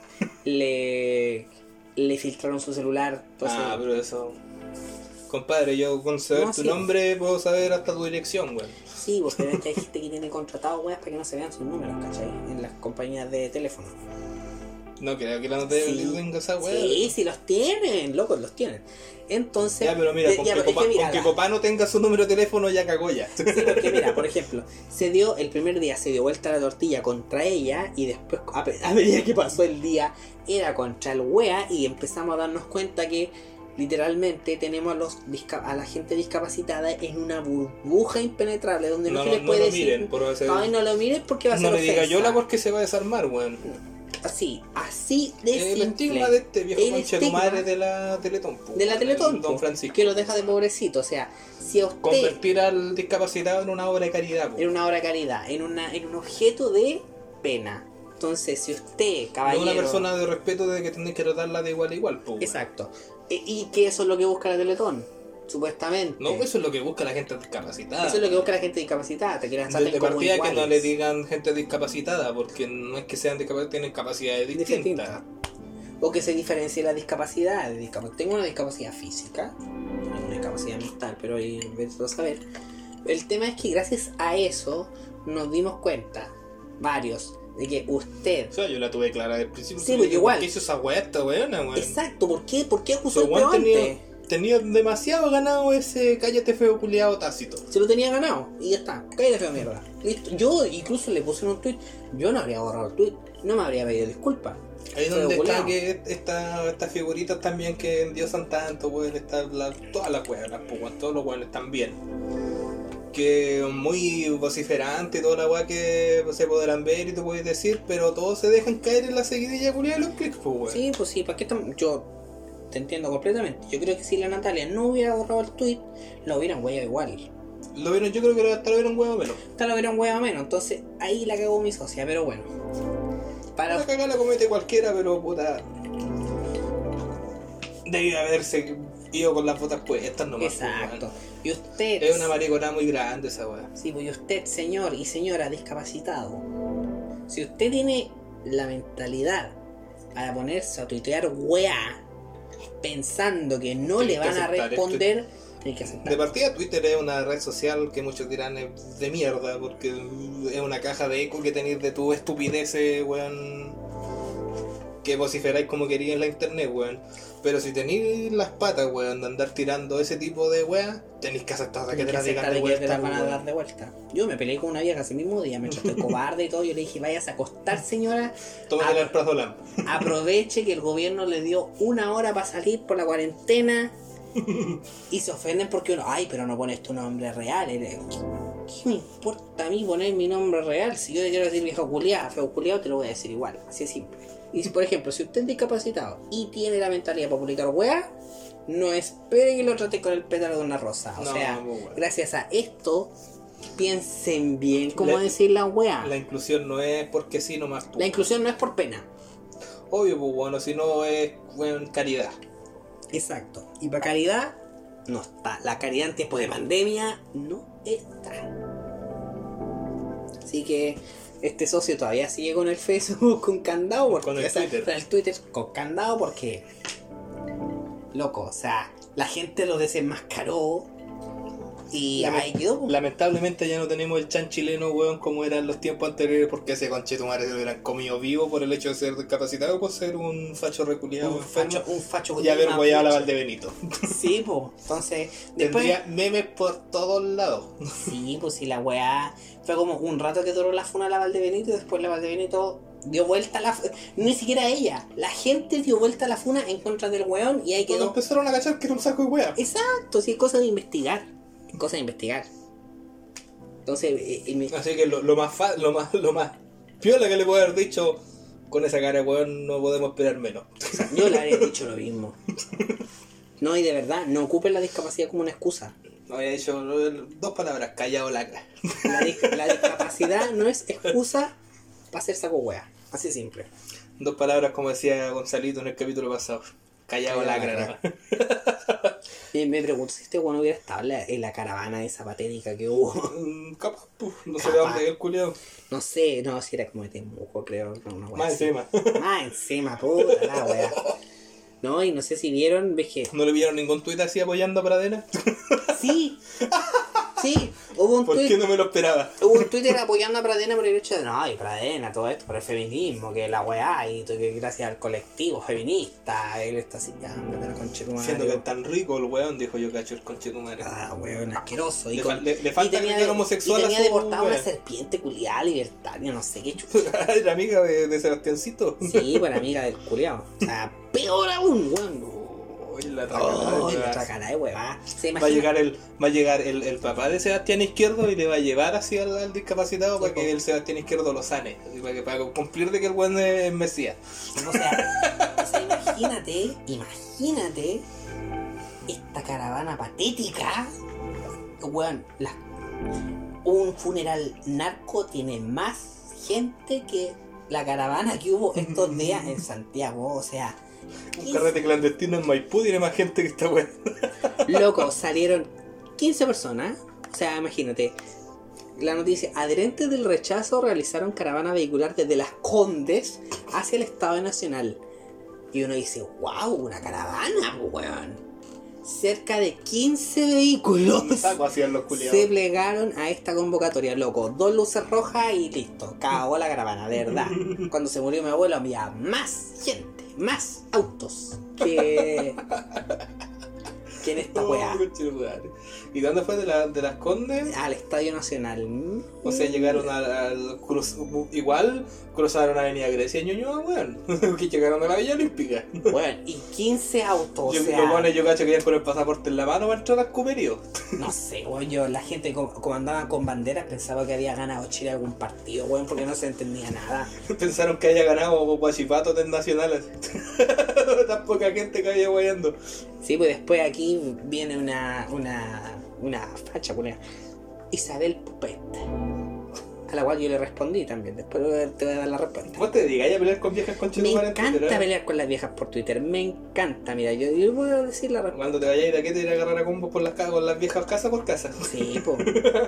Le. Le filtraron su celular. Entonces, ah, pero eso. Compadre, yo con saber no, tu sí. nombre puedo saber hasta tu dirección, güey. Sí, porque ves que hay gente que tiene contratado, güey, para que no se vean sus números, ¿cachai? En las compañías de teléfono. No creo que la no te sí. tenga esa güey. Sí, sí los tienen, locos, los tienen. Entonces... Ya, pero mira, con, ya, que, Copa, que, mira con que Copá no tenga su número de teléfono ya cagó ya. Sí, porque mira, por ejemplo, se dio, el primer día se dio vuelta la tortilla contra ella y después, a, a medida que pasó el día, era contra el wea y empezamos a darnos cuenta que literalmente tenemos a los a la gente discapacitada en una burbuja impenetrable donde no, no se les puede no decir miren, por ese... ay no lo miren porque va a ser no le diga yola porque se va a desarmar, weón. Así, así de el estigma de este viejo concha de tu madre de la Teletón, de la Teletón, don Francisco, que lo deja de pobrecito. O sea, si a usted convertir al discapacitado en una obra de caridad, po. en una obra de caridad, en una en un objeto de pena. Entonces, si usted, caballero... No una persona de respeto de que tenés que tratarla de igual a igual, po. Exacto. Y que eso es lo que busca la Teletón, supuestamente. No, eso es lo que busca la gente discapacitada. Eso es lo que busca la gente discapacitada. Te quieren de, de partida que no le digan gente discapacitada, porque no es que sean discapacitadas, tienen capacidades distintas. Distinta. O que se diferencie la discapacidad. De discap- tengo una discapacidad física, una discapacidad mental, pero ahí vete a saber. El tema es que gracias a eso nos dimos cuenta, varios, de que usted... O sea, yo la tuve clara desde el principio. Sí, pues igual. ¿Por qué hizo esa weá esta weona, weón? Exacto, ¿por qué? ¿Por qué acusó el peón antes? Tenía demasiado ganado ese cállate feo culiado tácito. Se lo tenía ganado y ya está. Cállate feo mierda. Listo. Yo incluso le puse en un tweet. Yo no habría borrado el tweet. No me habría pedido disculpas. Ahí es donde está que estas esta figuritas también que endiosan tanto, weón. La, todas las weonas, pues, todos los weones están bien. Que muy vociferante y toda la weá que se podrán ver y tú puedes decir, pero todos se dejan caer en la seguidilla culiada de los clics, pues weón. Sí, pues sí, ¿para qué estamos? Yo te entiendo completamente. Yo creo que si la Natalia no hubiera borrado el tweet, lo hubieran hueado igual. Lo vieron, yo creo que hasta lo hubieran hueado menos. Hasta lo hubieran hueado menos, entonces ahí la cagó mi socia, pero bueno. Para... La cagada la comete cualquiera, pero puta. Debe haberse ido con las botas puestas nomás. Exacto. Y usted... Es una mariconada muy grande esa weá. Sí, pues y usted, señor y señora discapacitado, si usted tiene la mentalidad para ponerse a tuitear weá pensando que no le van a responder, tiene que aceptar. De partida Twitter es una red social que muchos dirán es de mierda, porque es una caja de eco que tenéis de tu estupidez, weón, que vociferáis como queréis en la internet, weón. Pero si tenéis las patas, weón, de andar tirando ese tipo de weá, tenéis que aceptar que te las digan de vuelta. Te las van a dar de vuelta. Yo me peleé con una vieja ese mismo día, me echaste cobarde y todo. Yo le dije, vayas a acostar, señora. Tómate el prazolam. Aproveche que el gobierno le dio una hora para salir por la cuarentena. Y se ofenden porque uno, ay, pero no pones tu nombre real. ¿Qué me importa a mí poner mi nombre real? Si yo le quiero decir viejo culiado, feo culiado, te lo voy a decir igual, así es simple. Y si, por ejemplo, si usted es discapacitado y tiene la mentalidad para publicar weá, no espere que lo trate con el pétalo de una rosa. O no, sea, bueno. Gracias a esto, piensen bien cómo la, decir la weá. La inclusión no es porque sí nomás. La inclusión no es por pena. Obvio, pues bueno, si no es bueno, caridad. Exacto. Y para caridad, no está. La caridad en tiempos de pandemia no está. Así que este socio todavía sigue con el Facebook con candado. Porque, con el o sea, Twitter. El Twitter con candado porque... Loco, o sea, la gente lo desenmascaró. Y Lament- ahí quedó. Lamentablemente ya no tenemos el chan chileno, weón, como era en los tiempos anteriores, porque ese conchetumare se lo hubieran comido vivo por el hecho de ser discapacitado, por ser un facho reculiado, un facho, un facho y haber guayado la Valdebenito. Sí, pues, entonces después tendría memes por todos lados. Sí, pues si la weá fue como un rato que duró la funa de la Valdebenito y después la Valdebenito dio vuelta a la funa, ni siquiera ella, la gente dio vuelta a la funa en contra del weón y ahí quedó. Cuando empezaron a cachar que era un saco de weá. Exacto, sí, es cosa de investigar. Cosa de investigar. Entonces, eh, eh, me... así que lo, lo más fa- lo más lo más piola que le puedo haber dicho, con esa cara de weón no podemos esperar menos. O sea, yo le habría dicho lo mismo. No, y de verdad, no ocupen la discapacidad como una excusa. No había dicho dos palabras, callado lacra. La, dis- la discapacidad no es excusa para hacer saco wea. Así simple. Dos palabras como decía Gonzalito en el capítulo pasado. Callado lacra. Y me pregunto si este weón hubiera estado en la, en la caravana esa patética que hubo. Capaz, puf, no sé de dónde el culiao. No sé, no, si era como de Temuco, creo. No, una Más así. encima. Más encima, puta la wea. No, y no sé si vieron, ves que... ¿No le vieron ningún tuit así apoyando a Pradena? Sí, sí, hubo un ¿Por tuit... qué no me lo esperaba? Hubo un Twitter apoyando a Pradena por el hecho de, no, y Pradena, todo esto, por el feminismo, que la weá, y todo, que gracias al colectivo feminista, él está así, ya, hombre, la conchetumare. Siendo que es tan rico el weón, dijo yo, cacho, el conchetumare. Ah, weón, asqueroso. Y le, con, le, le falta y tenía, que homosexual y tenía a su deportada una weón. serpiente culiada libertaria, no sé qué chucha. Era amiga de, de Sebastiancito. Sí, pues amiga del culiao. O sea, peor aún, weón. Uy, la tracarada Oh, de la tracarada de hueva. ¿Se va a imagina? llegar el va a llegar el, el papá de Sebastián Izquierdo y le va a llevar así al, al discapacitado sí, para que el Sebastián Izquierdo lo sane, así, para, que, para cumplir de que el buen es Mesías. O sea, o sea, imagínate, imagínate esta caravana patética. Weón, la, un funeral narco tiene más gente que la caravana que hubo estos días en Santiago, o sea. Un carrete clandestino en Maipú tiene más gente que esta weá. Loco, salieron quince personas. O sea, imagínate. La noticia: adherentes del rechazo realizaron caravana vehicular desde Las Condes hacia el Estado Nacional. Y uno dice, wow, una caravana, weón. Cerca de quince vehículos se plegaron a esta convocatoria, loco. Dos luces rojas y listo. Cagó la caravana, de verdad. Cuando se murió mi abuelo había más gente, más autos que, que en esta weá. ¿Y dónde fue? ¿De, la, de Las Condes? Al Estadio Nacional. O sea, llegaron al, al cruz, igual cruzaron Avenida Grecia y Ñuñoa, weón. Que llegaron a la Villa Olímpica. Bueno, y quince autos. Yo, o sea, lo bueno, yo cacho que iban con el pasaporte en la mano para entrar al cumerío. No sé, weón, yo, la gente como, como andaba con banderas pensaba que había ganado Chile algún partido, weón, porque no se entendía nada. Pensaron que había ganado Guachipato del Nacional. Tan poca gente que había guayando. Sí, pues después aquí viene una una una facha culera, Isabel Pupet, a la cual yo le respondí también. Después te voy a dar la respuesta. ¿Vos te dedicáis a pelear con viejas con Me encanta pelear con las viejas por Twitter, me encanta. Mira, yo, yo voy a decir la respuesta. Cuando te vayas de aquí te irás a agarrar a combos por las, con las viejas casa por casa. Sí, pues.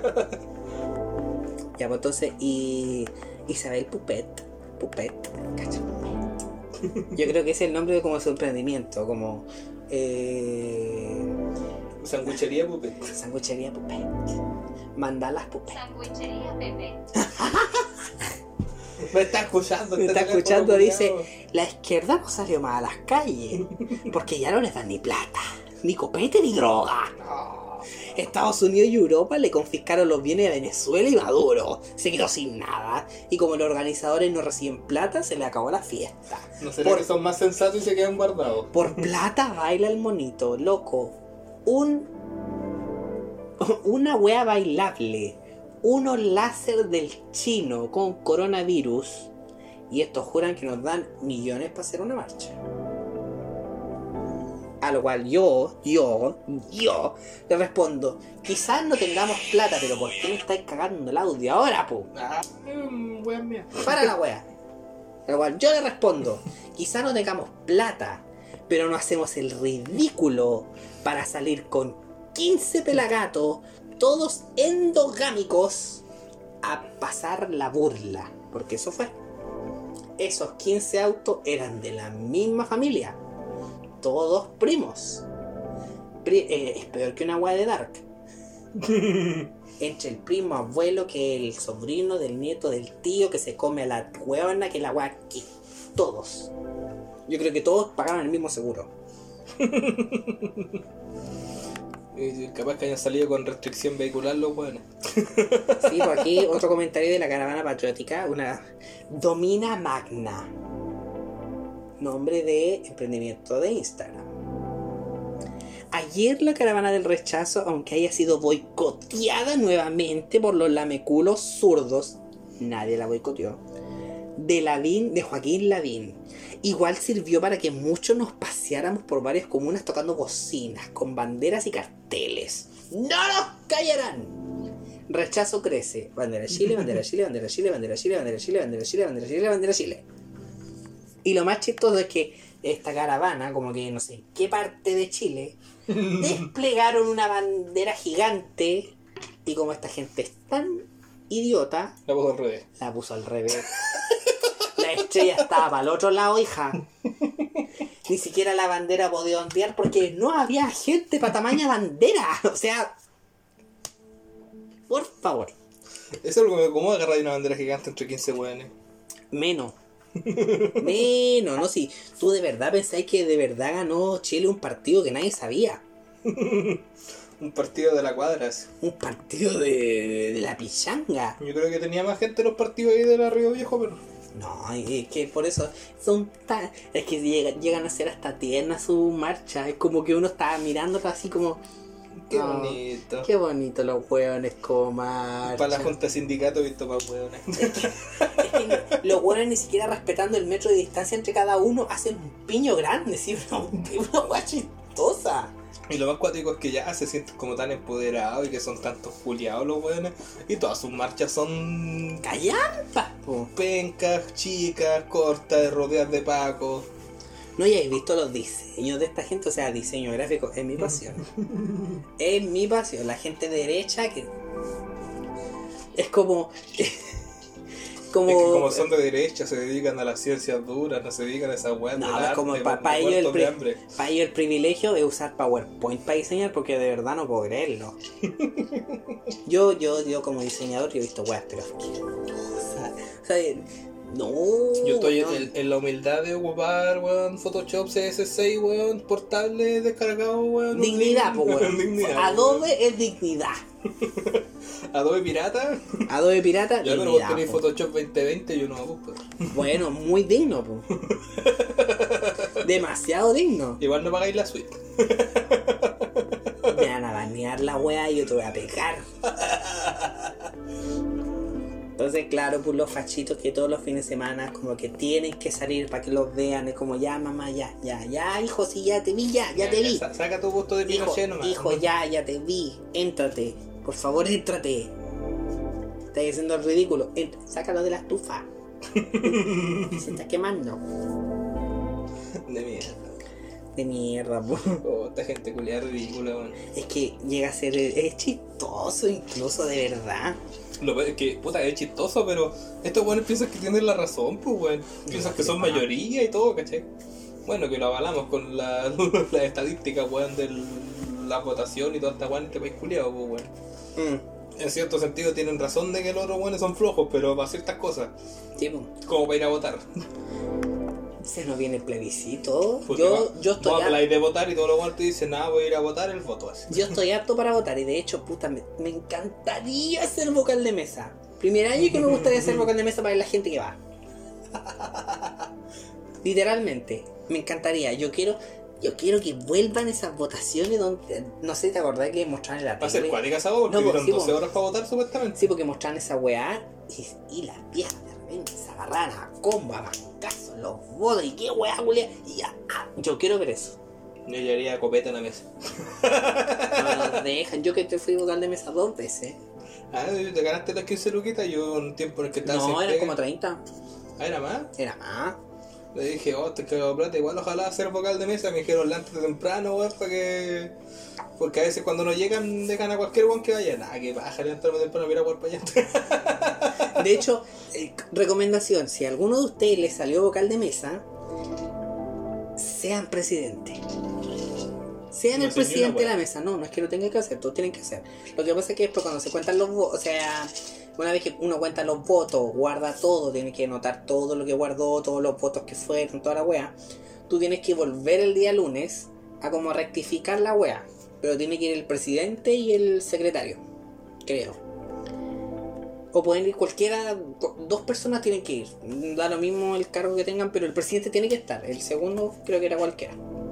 Ya, pues entonces, y Isabel Pupet, Pupet, cacho. Yo creo que ese es el nombre de como su emprendimiento, como eh... Sanguichería Pupet. Sanguichería Pupet. Mandalas Pupet. Sanguichería Pepe. Me está escuchando. Me está escuchando, dice, la izquierda no salió más a las calles, porque ya no les dan ni plata, ni copete, ni droga. No. Estados Unidos y Europa le confiscaron los bienes a Venezuela y Maduro. Se quedó sin nada. Y como los organizadores no reciben plata, se le acabó la fiesta. ¿No será por, que son más sensatos y se quedan guardados? Por plata baila el monito, loco. Un... Una wea bailable. unos láser del chino con coronavirus y estos juran que nos dan millones para hacer una marcha. A lo cual yo, yo, yo le respondo, quizás no tengamos plata, pero ¿por qué me estáis cagando el audio ahora, po? Ah, wea mía. Para la wea. A lo cual yo le respondo, quizás no tengamos plata, pero no hacemos el ridículo para salir con quince pelagatos, todos endogámicos, a pasar la burla. Porque eso fue. Esos quince autos eran de la misma familia. Todos primos. Pri- eh, es peor que una wea de Dark. Entre el primo abuelo, que el sobrino del nieto del tío, que se come a la huevona, que la wea que todos. Yo creo que todos pagaron el mismo seguro. Y capaz que hayan salido con restricción vehicular los buenos. Sí, por aquí otro comentario de la caravana patriótica, una Domina Magna, nombre de emprendimiento de Instagram. Ayer la caravana del rechazo, aunque haya sido boicoteada nuevamente por los lameculos zurdos, nadie la boicoteó, de Lavín, de Joaquín Lavín, igual sirvió para que muchos nos paseáramos por varias comunas tocando bocinas, con banderas y carteles. ¡No nos callarán! Rechazo crece. Bandera Chile, bandera Chile, bandera Chile, bandera Chile, bandera Chile, bandera Chile, bandera Chile, bandera Chile. Y lo más chistoso es que esta caravana, como que no sé en qué parte de Chile, desplegaron una bandera gigante y como esta gente es tan idiota, La puso al revés. la puso al revés. La estrella estaba para el otro lado, hija. Ni siquiera la bandera podía ondear porque no había gente para tamaña bandera. O sea, por favor. Eso es lo que me cómo agarrar una bandera gigante entre quince hueones. Menos. Menos, no, si tú de verdad pensáis que de verdad ganó Chile un partido que nadie sabía. Un partido de la cuadras. Un partido de, de la pichanga. Yo creo que tenía más gente en los partidos ahí de la Río Viejo, pero... No, es que por eso son tan... Es que llegan, llegan a ser hasta tiernas su marcha. Es como que uno está mirando así como... Qué oh, bonito. Qué bonito los hueones como marchan. Para la junta de sindicato visto para hueones. Es que, es que los hueones ni siquiera respetando el metro de distancia entre cada uno hacen un piño grande, ¿sí? Una, una hueá chistosa. Y lo más cuático es que ya se sienten como tan empoderados y que son tantos juliados los hueones. Y todas sus marchas son... Callampas, po. Pencas, chicas, cortas, rodeadas de pacos. No hayáis visto los diseños de esta gente, o sea, diseño gráfico es mi pasión. Es mi pasión. La gente derecha que es como como, es que como son de derecha se dedican a las ciencias duras, no se dedican a esa weá no, del es arte, como para pa ellos, el pri- pa ellos el privilegio es usar PowerPoint para diseñar, porque de verdad no puedo creerlo. Yo, yo, yo como diseñador yo he visto weas, pero o sea, no. Yo estoy no. en, en la humildad de ocupar, weón, Photoshop C S seis, weón, portable, descargado, weón. Dignidad, po, weón. Dignidad, Adobe weón. Es dignidad. Adobe pirata. Adobe pirata, ya, dignidad. pero vos tenés Photoshop veinte veinte y yo no hago, pues. Bueno, muy digno, po. Demasiado digno. Igual no pagáis la suite. Me van a banear la wea y yo te voy a pegar. Entonces, claro, pues los fachitos que todos los fines de semana como que tienen que salir para que los vean. Es como, ya mamá, ya, ya, ya, hijo, sí, ya te vi, ya, ya, ya te vi. Ya, saca tu gusto de Hijo, Pinochet nomás. hijo, ya, ya te vi. Éntrate. Por favor, éntrate. Estás haciendo el ridículo. Entra, sácalo de la estufa. Se está quemando. De mierda. De mierda, po. Oh, esta gente culiada ridícula, weón. Es que llega a ser... Es chistoso incluso, de verdad. Lo peor es que, puta, es chistoso, pero estos weones piensan que tienen la razón, pues, weón. Piensan que son mayoría y todo, ¿cachai? Bueno, que lo avalamos con la, la estadística, weón, de la votación y toda esta weón, este país culiado, pues, weón. Mm. En cierto sentido tienen razón de que los otros weones son flojos, pero para ciertas cosas. Sí, pues. Como para ir a votar. Se nos viene el plebiscito. Porque Yo, va, yo estoy vos habláis de votar y todos los weones te dicen, nada, voy a ir a votar, el voto así. Yo estoy apto para votar y de hecho, puta, me, me encantaría ser vocal de mesa. Primer año que me gustaría ser vocal de mesa para la gente que va. Literalmente, me encantaría. Yo quiero Yo quiero que vuelvan esas votaciones donde, no sé, ¿te acordás que mostraban en la tele? Va a ser cuática esa voz, porque no, dieron sí, doce po. horas para votar supuestamente. Sí, porque mostraban esa weá y, y las viejas de repente se agarraban a combo, a mancazo, los votos y qué weá, Julia. Y ya, ah, yo quiero ver eso. Yo llevaría copeta en la mesa. No nos dejan, yo que te fui vocal de mesa dos veces. Ah, te ganaste las quince luquitas, yo un tiempo en el que estaba No, sin eran pega. como treinta. Ah, ¿era más? Era más. Le dije, oh, te cago plata, igual ojalá hacer vocal de mesa. Me dijeron antes de temprano, weón, para que... Porque a veces cuando no llegan dejan a cualquier weón que vaya. Nada, que baja, levantarme temprano y ir a jugar para allá. De hecho, eh, recomendación, si a alguno de ustedes les salió vocal de mesa, sean presidente. Sean No el sé ni presidente una de la wea. mesa. No, no es que lo tengan que hacer, todos tienen que hacer. Lo que pasa es que después cuando se cuentan los votos, o sea, una vez que uno cuenta los votos, guarda todo, tiene que anotar todo lo que guardó, todos los votos que fueron, toda la wea. Tú tienes que volver el día lunes a como rectificar la wea. Pero tiene que ir el presidente y el secretario, creo. O pueden ir cualquiera, dos personas tienen que ir. Da lo mismo el cargo que tengan, pero el presidente tiene que estar. El segundo creo que era cualquiera.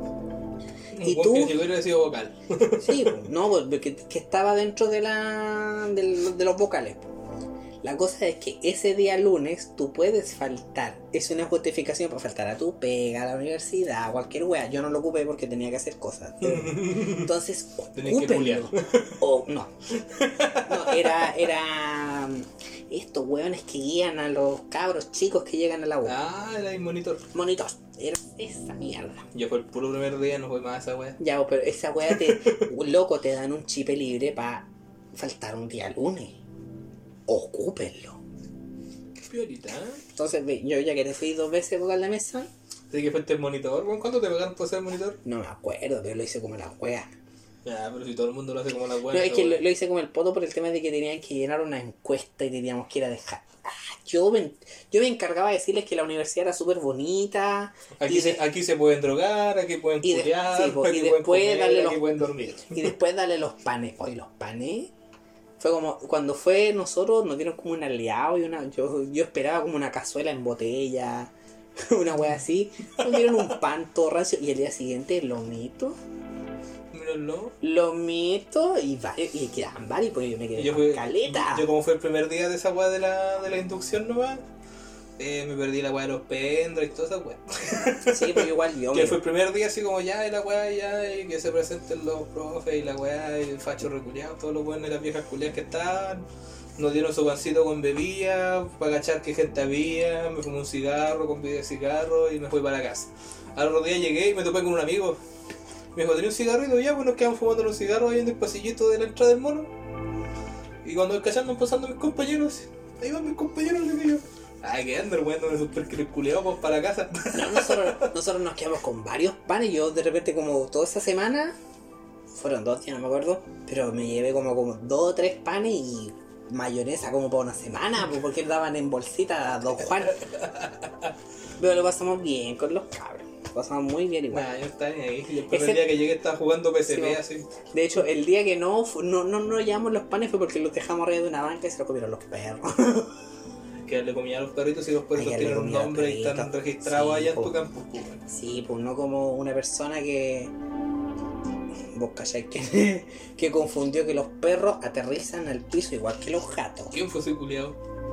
¿Y Un tú? weón que llegó y hubiera sido vocal. Sí, pues, no, pues, que, que estaba dentro de la del- de los vocales. La cosa es que ese día lunes tú puedes faltar. Es una justificación para faltar a tu pega, a la universidad, a cualquier wea. Yo no lo ocupé porque tenía que hacer cosas. Pero... Entonces, Tenés que culiar. ocúpenlo. O no. No, era, era estos weones que guían a los cabros chicos que llegan a la wea. Ah, era el monitor. Monitor. Era esa mierda. Yo fue el puro primer día, no fue más esa wea. Ya, pero esa wea te. Loco, te dan un chip libre para faltar un día lunes. Ocúpenlo. Qué piorita, ¿eh? Entonces, ve, yo ya que te fui dos veces vocal de mesa, ¿De qué fuiste el monitor? Bueno, ¿cuánto te pagaron por ser monitor? no me acuerdo, pero lo hice como la wea. Ya, pero si todo el mundo lo hace como las No, weas. es que lo, lo hice como el poto por el tema de que tenían que llenar una encuesta y teníamos que ir a dejar. Ah, yo, me, yo me encargaba de decirles que la universidad era súper bonita. Aquí, y, se, de- aquí se pueden drogar, aquí pueden y de- culiar, sí, po, y aquí después pueden comer, darle aquí los- pueden dormir. y después darle los panes. Oye, los panes. Fue como, cuando fue nosotros nos dieron como un aliado y una. Yo, yo esperaba como una cazuela en botella, una wea así. Nos dieron un pan todo rancio y el día siguiente lo mito. Mírenlo. Lo mito y varios, y quedaban varios porque yo me quedé Yo, con fui, caleta. yo como fue el primer día de esa weá de la, de la inducción nomás, eh, me perdí la weá de los pendrives y toda esa weá. Sí, pues igual yo Que me... fue el primer día así como ya, y la weá, ya, y que se presenten los profes y la weá, y el facho reculeado, todos los buenos y las viejas culiadas que estaban. Nos dieron su pancito con bebida, para cachar qué gente había, me fumé un cigarro, con de cigarro y me fui para la casa. Al otro día llegué y me topé con un amigo. Me dijo, ¿tenía un cigarrito? Ya, pues nos quedamos fumando los cigarros ahí en el pasillito de la entrada del mono. Y cuando cachan pasando mis compañeros, ahí van mis compañeros, le digo yo. Ay, que andan, weón, donde super culeados pues, para la casa. No, nosotros, nosotros nos quedamos con varios panes. Yo de repente como toda esa semana, fueron dos días, no me acuerdo, pero me llevé como, como dos o tres panes y mayonesa como para una semana, pues, porque daban en bolsita a Don Juan. Pero lo pasamos bien con los cabros. Lo pasamos muy bien igual. Nah, yo estaba ahí. Y el primer Ese- día que llegué estaba jugando P S P Sí, así. De hecho, el día que no, fu- no, no, no llevamos los panes fue porque los dejamos arriba de una banca y se los comieron los perros. Que le comía a los perritos y los perritos Ay, que le tienen un comía a los nombre y están perritos. registrados Sí, allá en po. tu campo. Pues, bueno. Sí, pues no como una persona que... Vos calláis que, que confundió que los perros aterrizan al piso igual que los gatos. ¿Quién fue ese culiado?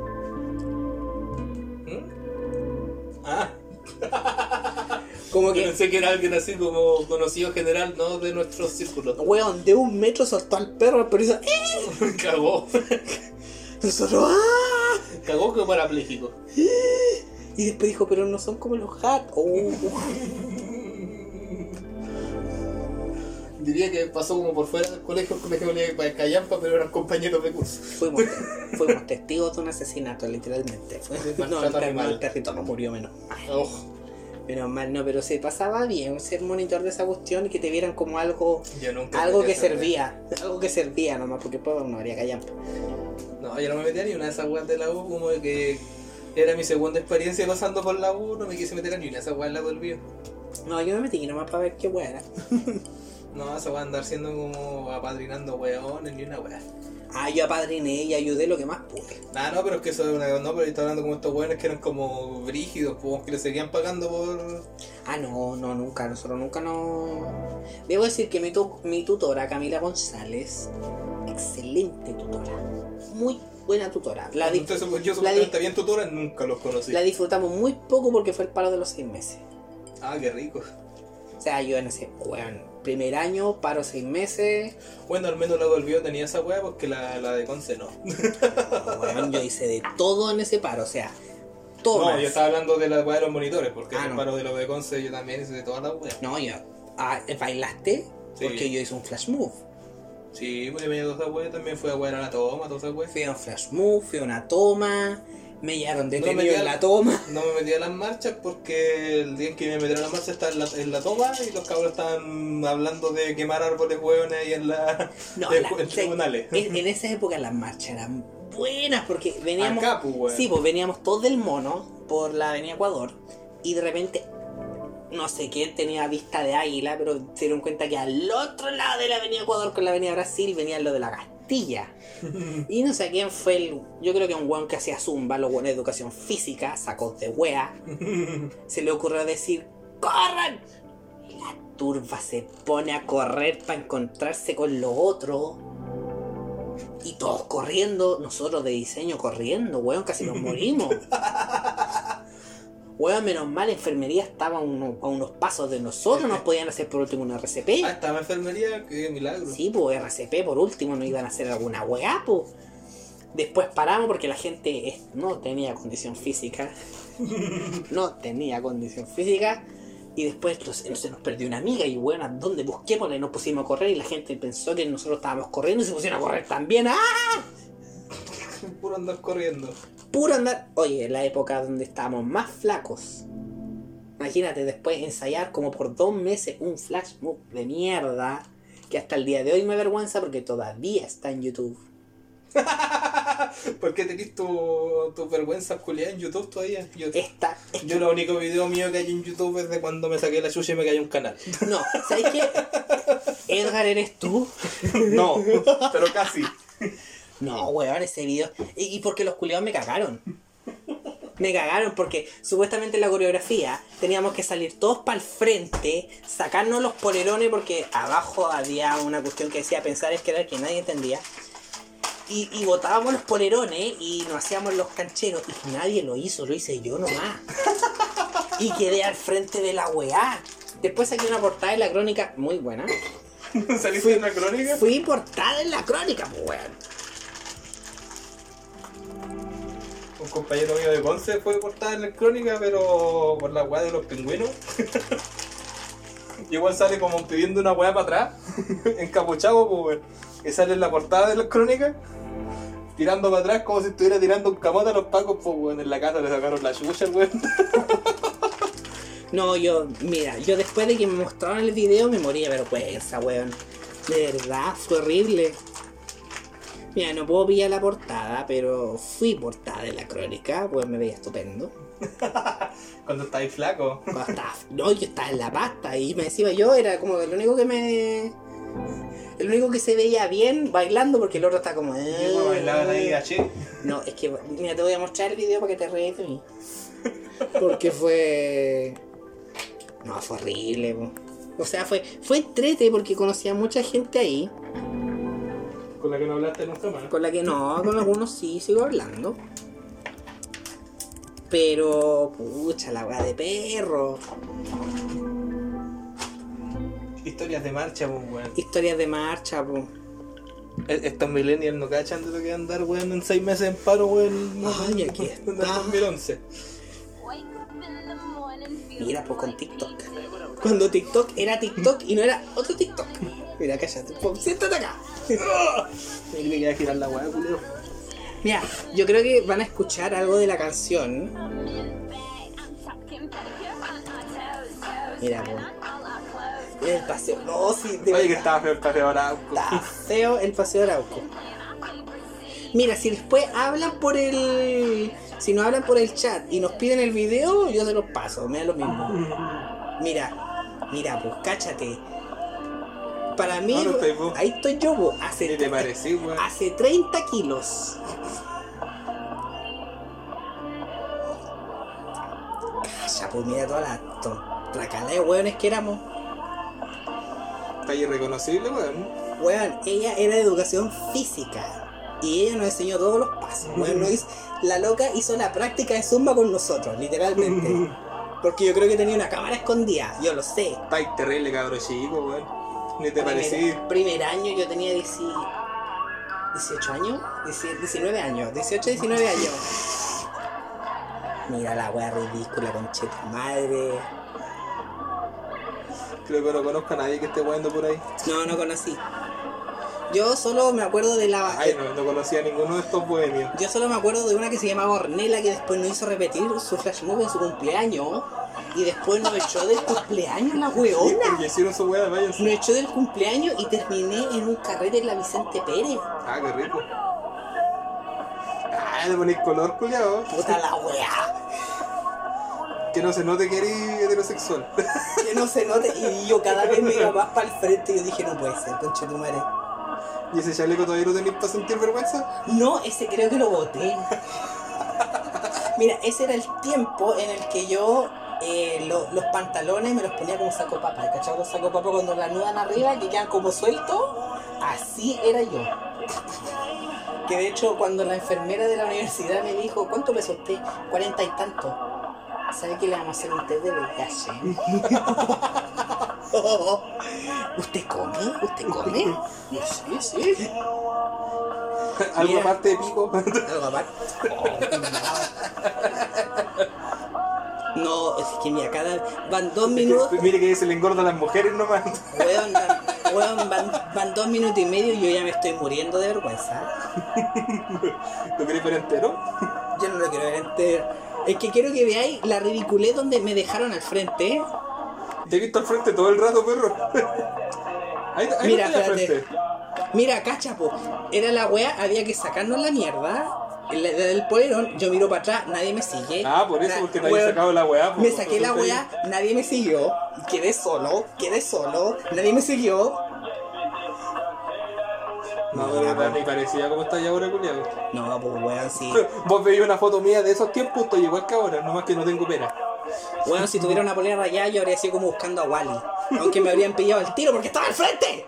¿Mm? Ah, Como yo que, pensé que era alguien así como conocido general, no de nuestros círculos. weón, de un metro soltó al perro, el perro hizo... ¡Eh! Cagó. Nosotros, ¡ah! Cagó que parapléjico. Y después dijo, pero no son como los gatos. Oh. Diría que pasó como por fuera del colegio, el colegio de Callampa, pero eran compañeros de curso. Fuimos, fuimos testigos de un asesinato, literalmente. Fue, De no, maltrato el, per- animal. el perrito no murió, menos mal. Oh, Menos mal, no, pero se pasaba bien ser monitor de esa cuestión y que te vieran como algo yo nunca algo me que metí a esa servía, algo que servía nomás, porque después no habría callampa. wea. No, yo no me metí a ni una de esas weas de la U, como de que era mi segunda experiencia pasando por la U, no me quise meter a ni una de esas weas la volví. No, yo me metí nomás para ver qué wea era. No, esa wea andar siendo como apadrinando weones ni una wea. Ah, yo apadriné y ayudé lo que más pude. Ah, no, pero es que eso es una... No, pero yo estaba hablando como estos weones que eran como brígidos, como que le seguían pagando por... Ah, no, no, nunca, nosotros nunca no... Debo decir que mi, tu, mi tutora, Camila González, excelente tutora, muy buena tutora. La di- Entonces, yo la di- supuestamente bien tutora, nunca los conocí. La disfrutamos muy poco porque fue el paro de los seis meses. Ah, qué rico. O sea, yo en ese, weón, primer año, paro seis meses. Bueno, al menos la volvió, tenía esa weá porque la, la de Conce no. No, weón, yo hice de todo en ese paro, o sea, todo. No, yo estaba hablando de la weá de los monitores, porque Ah, el no. paro de los de Conce yo también hice de todas las weas. No, yo. Ah, ¿bailaste? Sí. Porque yo hice un flash move. Sí, pues me todas esas weas, también fue a wear a la toma, todas esas weas. Fui a un flash move, fui a una toma, me llevaron No me detenido metí en a- la toma. No me metí a las marchas porque el día en que me metieron a las marchas estaba en la, en la toma y los cabros estaban hablando de quemar árboles hueones ahí en la No, en, la- en tribunales. En, en esa época las marchas eran buenas porque veníamos. Acá, pues, weón. Sí, pues veníamos todos del mono por la avenida Ecuador y de repente no sé quién tenía vista de águila, pero se dieron cuenta que al otro lado de la avenida Ecuador con la avenida Brasil venía lo de la Castilla. Y no sé quién fue el. Yo creo que un weón que hacía zumba, los weones de educación física, sacos de wea, se le ocurrió decir: ¡corran! Y la turba se pone a correr para encontrarse con los otros. Y todos corriendo, nosotros de diseño corriendo, weón, casi nos morimos. Weón, menos mal, enfermería estaba a, uno- a unos pasos de nosotros, nos podían hacer por último una R C P. Ah, estaba en enfermería, qué milagro. Sí, pues R C P por último no iban a hacer alguna weá, pues. Después paramos porque la gente es- no tenía condición física. No tenía condición física. Y después los- se nos perdió una amiga y bueno, ¿dónde busquémosla? Y nos pusimos a correr y la gente pensó que nosotros estábamos corriendo y se pusieron a correr también. ¡Ah! Puro andar corriendo. Puro andar. Oye, la época donde estábamos más flacos. Imagínate después ensayar como por dos meses un flash move de mierda. Que hasta el día de hoy me avergüenza porque todavía está en YouTube. ¿Por qué tenés tu, tu vergüenza culiada en YouTube todavía? Yo, Está. yo el único video mío que hay en YouTube es de cuando me saqué la chucha y me cayó un canal. No, ¿sabes qué? Edgar, ¿eres tú? No, pero casi. No, weón, ese video. Y, y porque los culiados me cagaron. Me cagaron porque supuestamente en la coreografía teníamos que salir todos para el frente, sacarnos los polerones porque abajo había una cuestión que decía pensar es querer que nadie entendía. Y, y botábamos los polerones y nos hacíamos los cancheros y nadie lo hizo, lo hice yo nomás. Y quedé al frente de la weá. Después saqué una portada en la crónica muy buena. ¿Saliste Fui- en la crónica? Fui portada en la crónica, pues weón. Un compañero mío de Conce fue portada en la crónica, pero por la weá de los pingüinos. Y igual sale como pidiendo una weá para atrás, encapuchado, pues weón. Que sale en la portada de las crónicas, tirando para atrás como si estuviera tirando un camote a los pacos, pues weón. En la casa le sacaron la chucha, weón. No, yo, mira, yo después de que me mostraron el video me morí de vergüenza, weón. De verdad, fue horrible. Mira, no puedo pillar la portada, pero fui portada de la crónica, pues me veía estupendo. Cuando estáis flaco. Cuando estaba- no, yo estaba en la pasta y me decía yo, era como el único que me... El único que se veía bien bailando porque el otro está como... Yo bailaba ahí gaché. No, es que, mira, te voy a mostrar el video para que te reíes de mí. Porque fue... No, fue horrible, po. O sea, fue fue entrete porque conocí a mucha gente ahí. Con la que no hablaste nunca más. Con la que no, con algunos sí sigo hablando. Pero, pucha, la weá de perro. Historias de marcha, pues weón. Historias de marcha, po. Estos millennials no cachan de lo que va a andar, weón, en seis meses en paro, weón. Ay, aquí En el está. dos mil once. Mira, pues con TikTok. Cuando TikTok era TikTok y no era otro TikTok. Mira, cállate, po, siéntate acá. Me quería girar la weá, culero. Mira, yo creo que van a escuchar algo de la canción. Mira, po. El paseo. No, sí, de Oye, que verdad. estaba feo el paseo ahora. Está feo el paseo de Arauco. Mira, si después hablan por el... Si nos hablan por el chat y nos piden el video, yo se los paso, me da lo mismo. Mira, mira, pues cáchate. Para mí, no, no ahí estoy yo, po. Hace, ¿Qué te parecí, weón? Hace treinta kilos. Calla, pues mira toda la tracala de weones que éramos. Está irreconocible, weón. Weón, ella era de educación física. Y ella nos enseñó todos los pasos. Weón, no hizo, la loca hizo la práctica de zumba con nosotros, literalmente. Porque yo creo que tenía una cámara escondida, yo lo sé. Está terrible, cabrón chico, weón. Ni te primer, parecí. Primer año yo tenía dieciocho años, diecinueve años, dieciocho, diecinueve años. Mira la wea ridícula, concheta madre. Creo que no conozco a nadie que esté jugando por ahí. No, no conocí. Yo solo me acuerdo de la... Ay, no, no conocía a ninguno de estos bohemios. Yo solo me acuerdo de una que se llamaba Ornella, que después nos hizo repetir su flash move en su cumpleaños. Y después nos echó del cumpleaños la weona. Sí, porque hicieron su wea, vaya. Nos echó del cumpleaños y terminé en un carrete en la Vicente Pérez. Ah, qué rico. Ah, le ponéis color, culiao. Puta la wea. Que no se note que eres heterosexual. Que no se note. Y yo cada vez me iba más para el frente y yo dije, no puede ser, conchetumare. ¿Y ese chaleco todavía no tenéis para sentir vergüenza? No, ese creo que lo boté. Mira, ese era el tiempo en el que yo eh, lo, los pantalones me los ponía como saco papa. ¿Cachai? Los saco papa cuando la anudan arriba, que quedan como sueltos. Así era yo. Que de hecho cuando la enfermera de la universidad me dijo, ¿cuánto pesa usted? Cuarenta y tanto. ¿Sabe que le vamos a hacer un test de V I H? ¿Usted come? ¿Usted come? Sí, sí. ¿Algo aparte de pico? ¿Algo aparte? No, es que mira, cada... van dos minutos... Mire que se le engorda a las mujeres nomás. Weón, weón, van, van dos minutos y medio y yo ya me estoy muriendo de vergüenza. ¿Lo querés ver entero? Yo no lo quiero ver entero. Es que quiero que veáis la ridiculez donde me dejaron al frente. Te he visto al frente todo el rato, perro. Ahí, ahí Mira, no estoy al espérate. frente. Mira, cacha, po. Era la wea, había que sacarnos la mierda. El, el polerón, yo miro para atrás, nadie me sigue. Ah, por eso, Na, porque te había weón, sacado la weá. Me saqué la wea, nadie me siguió. Quedé solo, quedé solo, nadie me siguió. No, de verdad, ni parecía como está ya ahora, culiado. No, pues weón, sí. Vos veis una foto mía de esos tiempos, estoy igual que ahora, nomás que no tengo pera. Bueno, si tuviera una polera rayada yo habría sido como buscando a Wally. Aunque me habrían pillado el tiro porque estaba al frente.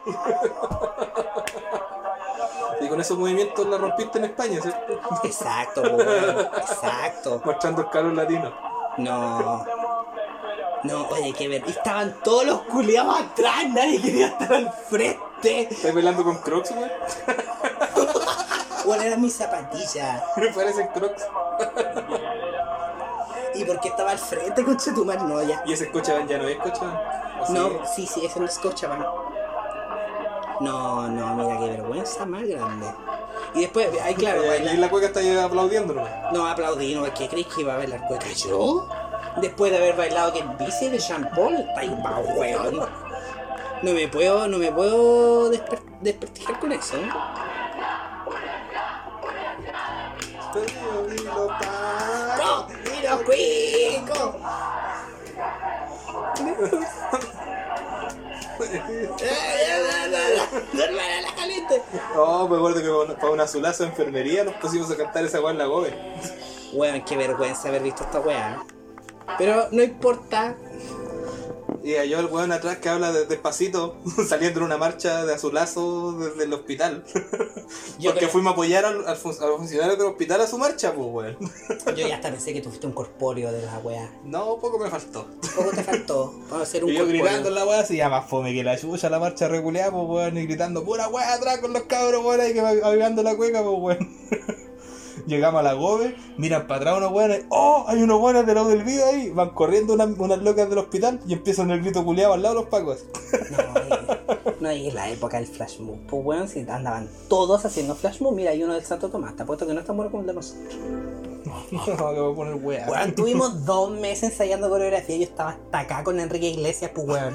Y con esos movimientos la rompiste en España, ¿cierto? Exacto, weón, exacto. Mostrando el calor latino. No. No, oye, que ver. Estaban todos los culiados atrás, nadie quería estar al frente. ¿Estás bailando con Crocs, güey? Bueno, eran mis zapatillas. Me parecen Crocs. ¿Y por qué estaba al frente, conchetumar? No, ya. ¿Y ese Scotiabank ya no es Scotiabank? No, sí, sí, ese no es Scotiabank. No, no, mira qué vergüenza más grande. Y después, ahí claro, Y bailar. la cueca está ahí aplaudiendo nomás. No, aplaudí, no, ¿qué crees que iba a bailar cueca yo? Después de haber bailado que en bici de Jean Paul, está ahí pa' weón. No me puedo, no me puedo desper desprestigiar con eso. ¡No! ¡Mira, cuico! la caliente! Oh, me acuerdo que para un azulazo de enfermería nos pusimos a cantar esa weá en la gobe. Weón, qué vergüenza haber visto esta weá. Pero no importa. Y yo el weón atrás que habla de, despacito, saliendo en una marcha de azulazo desde el hospital. Yo Porque creo... fuimos a apoyar al, al, fun a los funcionarios del hospital a su marcha, pues weón. Yo ya hasta pensé que tú fuiste un corpóreo de la weá. No, poco me faltó. Poco te faltó. Vamos a hacer un y yo corpóreo. gritando en la weá, se llama fome que la chucha, la marcha reculeada, pues weón, y gritando pura weá atrás con los cabros, weón, ahí que avivando la cueca, pues weón. Llegamos a la gobe, miran para atrás unos weones, ¡oh! Hay unos weones de lado del video ahí, van corriendo una, unas locas del hospital y empiezan el grito culiado al lado de los pacos. No, no es la época del flash move. Pues weón, si andaban todos haciendo flash move, mira, hay uno del Santo Tomás, te apuesto que no es tan bueno como el de nosotros. No, que voy a poner weá. Weón, tuvimos dos meses ensayando coreografía y yo estaba hasta acá con Enrique Iglesias, pues weón.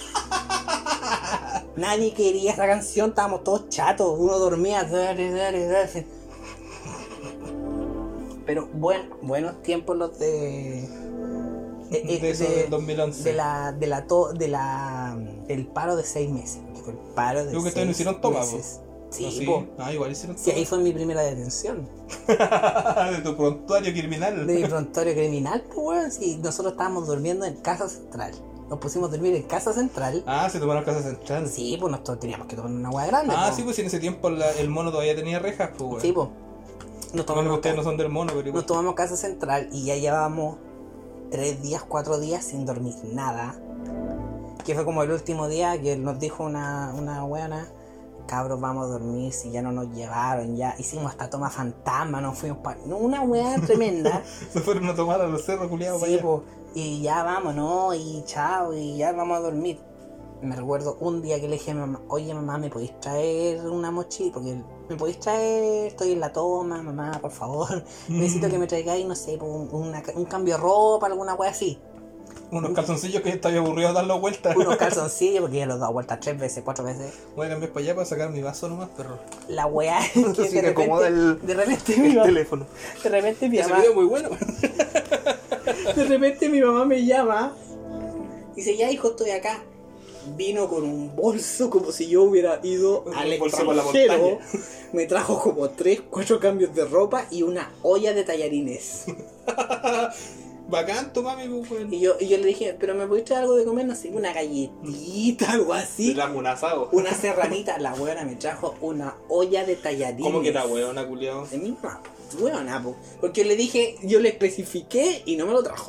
Nadie quería esa canción, estábamos todos chatos, uno dormía, dale, dale, dale. Pero buen, buenos tiempos los de eh, eh, de eso de, del dos mil once. De la, de la, to, de la, el paro de seis meses. Fue el paro de Creo que seis no hicieron toma, meses. Sí, no, sí. po. Ah, igual hicieron Sí, toma. ahí fue mi primera detención. De tu prontuario criminal. De mi prontuario criminal, pues, weón. Sí, nosotros estábamos durmiendo en Casa Central. Nos pusimos a dormir en Casa Central. Ah, se tomaron Casa Central. Sí, pues nosotros teníamos que tomar una hueá grande. Ah, po. sí, pues en ese tiempo la, el mono todavía tenía rejas, pues, weón. Sí, pues. Nos tomamos, Bueno, ustedes no son del mono, pero igual. nos tomamos Casa Central y ya llevábamos tres días, cuatro días sin dormir nada. Que fue como el último día que nos dijo una, una weona, cabros, vamos a dormir, si ya no nos llevaron, ya hicimos hasta toma fantasma, nos fuimos para... Una weá tremenda. Se fueron a tomar a los cerros culiados Sí, para allá. po, y ya vámonos, y chao, y ya vamos a dormir. Me recuerdo un día que le dije a mi mamá, oye mamá, ¿me podéis traer una mochila? Porque me podéis traer, estoy en la toma, mamá, por favor. Necesito que me traigáis, no sé, po, un, una- un cambio de ropa, alguna weá así. Unos calzoncillos que estaba aburrido de darlos vueltas. Unos calzoncillos, porque ya los he dado vueltas tres veces, cuatro veces. Voy a cambiar para allá para sacar mi vaso nomás, perro. La weá es que Sí, de que repente, acomoda el- de repente mi El mamá, teléfono. de repente mi Ese mamá, video es muy bueno. de repente mi mamá me llama y dice, ya hijo, estoy acá. Vino con un bolso como si yo hubiera ido Un al bolso por la extranjero. montaña. Me trajo como tres, cuatro cambios de ropa y una olla de tallarines. Bacán tu mami, pues, weón. Y yo, y yo le dije, pero ¿me podéis traer algo de comer? No sé, una galletita, algo así. La munazado. Una serranita. La weona me trajo una olla de tallarines. ¿Cómo que era weona, culiao? De mi mamá, weona, po. Porque yo le dije, yo le especifiqué y no me lo trajo.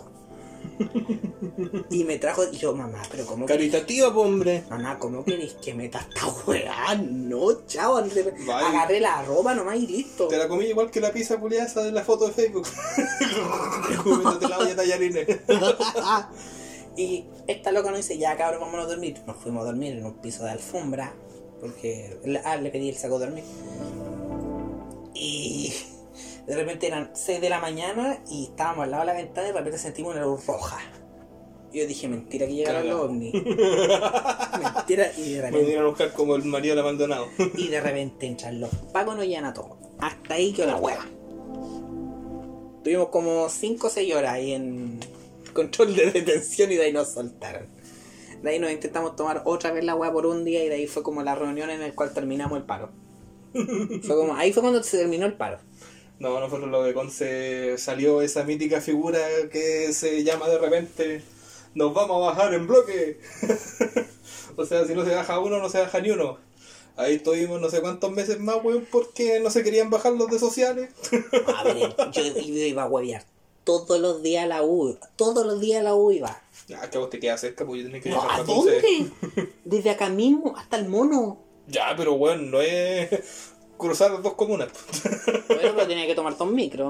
Y me trajo, y yo, mamá, pero ¿cómo que... Caritativa, pues, hombre. Mamá, ¿cómo querés que meta esta weá? No, chao, André. Vale. Agarré la ropa nomás y listo. Te la comí igual que la pizza culiada esa de la foto de Facebook. Comiéndote la olla de tallarines. Y esta loca nos dice, ya cabrón, vámonos a dormir. Nos fuimos a dormir en un piso de alfombra. Porque ah, le pedí el saco de dormir. Y de repente eran seis de la mañana y estábamos al lado de la ventana y de repente sentimos una luz roja. Y yo dije, mentira que llegaron Caga. los ovnis. Mentira. Y de Me repente, vinieron a buscar como el marido de la Maldonado. y de repente entran los pacos, nos llevan a todos. Hasta ahí quedó la hueá. Tuvimos como cinco o seis horas ahí en control de detención y de ahí nos soltaron. De ahí nos intentamos tomar otra vez la hueá por un día y de ahí fue como la reunión en la cual terminamos el paro. Fue como, ahí fue cuando se terminó el paro. No, nosotros lo de Conce salió esa mítica figura que se llama de repente, nos vamos a bajar en bloque. O sea, si no se baja uno, no se baja ni uno. Ahí estuvimos no sé cuántos meses más, weón, porque no se querían bajar los de sociales. A ver, yo, yo iba a huevear todos los días a la U. Todos los días a la U iba. Ya, que a vos te queda cerca, pues yo tenía que No, viajar ¿a para Conce. dónde? Desde acá mismo hasta el mono. Ya, pero weón, no es cruzar las dos comunas. Bueno, pero tenía que tomar dos micros.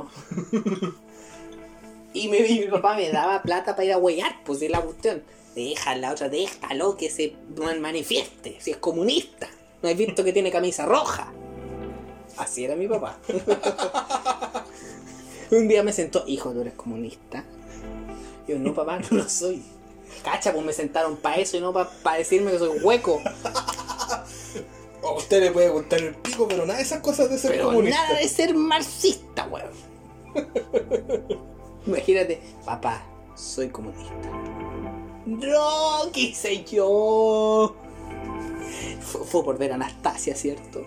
Y mi, mi papá me daba plata para ir a huear, pues es la cuestión. Deja la otra, déjalo que se manifieste, si es comunista. ¿No has visto que tiene camisa roja? Así era mi papá. Un día me sentó, hijo, ¿tú eres comunista? Yo, no papá, no lo soy. Cacha, pues me sentaron para eso y no para pa decirme que soy hueco. A usted le puede gustar el pico, pero nada de esas cosas de ser Pero comunista. nada de ser marxista, weón. Imagínate, papá, soy comunista. No, ¿qué hice yo? Fue, fue por ver a Anastasia, ¿cierto?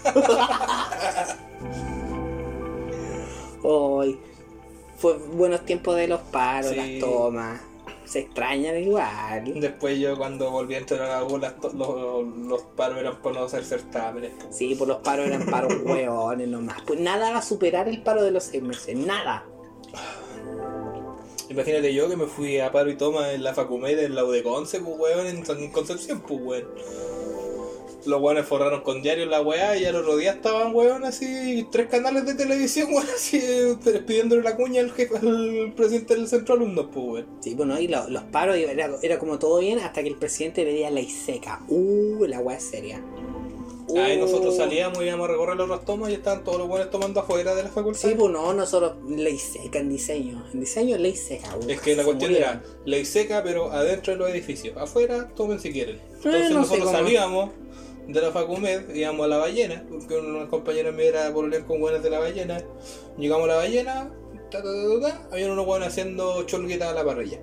Hoy fue buenos tiempos de los paros, Sí. las tomas. Se extrañan igual. Después yo cuando volví a entrar a la U, las to- los, los paros eran por no hacer certámenes. po. Sí, por los paros eran paros hueones nomás. Pues nada va a superar el paro de los seis meses, nada. Imagínate yo que me fui a paro y toma en la Facumed, en la U de Conce, pues weón, en San Concepción, pues weón. Los weones forraron con diario la weá y al otro día estaban weón así, tres canales de televisión, weón, así pidiéndole la cuña al jefe, al presidente del centro de alumnos, pues weón. Sí, bueno, y lo- los paros era, era como todo bien hasta que el presidente pedía ley seca. Uh, la weá es seria. Uh. Ahí nosotros salíamos y íbamos a recorrer los otros tomas y estaban todos los weones tomando afuera de la facultad. Sí, pues no, nosotros ley seca en diseño. En diseño ley seca. Uh, Es que la se cuestión murieron. era ley seca, pero adentro de los edificios. Afuera, tomen si quieren. Entonces no sé nosotros cómo. salíamos de la Facumed, íbamos a la ballena, porque unas compañeras mías era pololear con buenas de la ballena. Llegamos a la ballena, ta, ta, ta, ta, habían unos hueones haciendo cholguetas a la parrilla.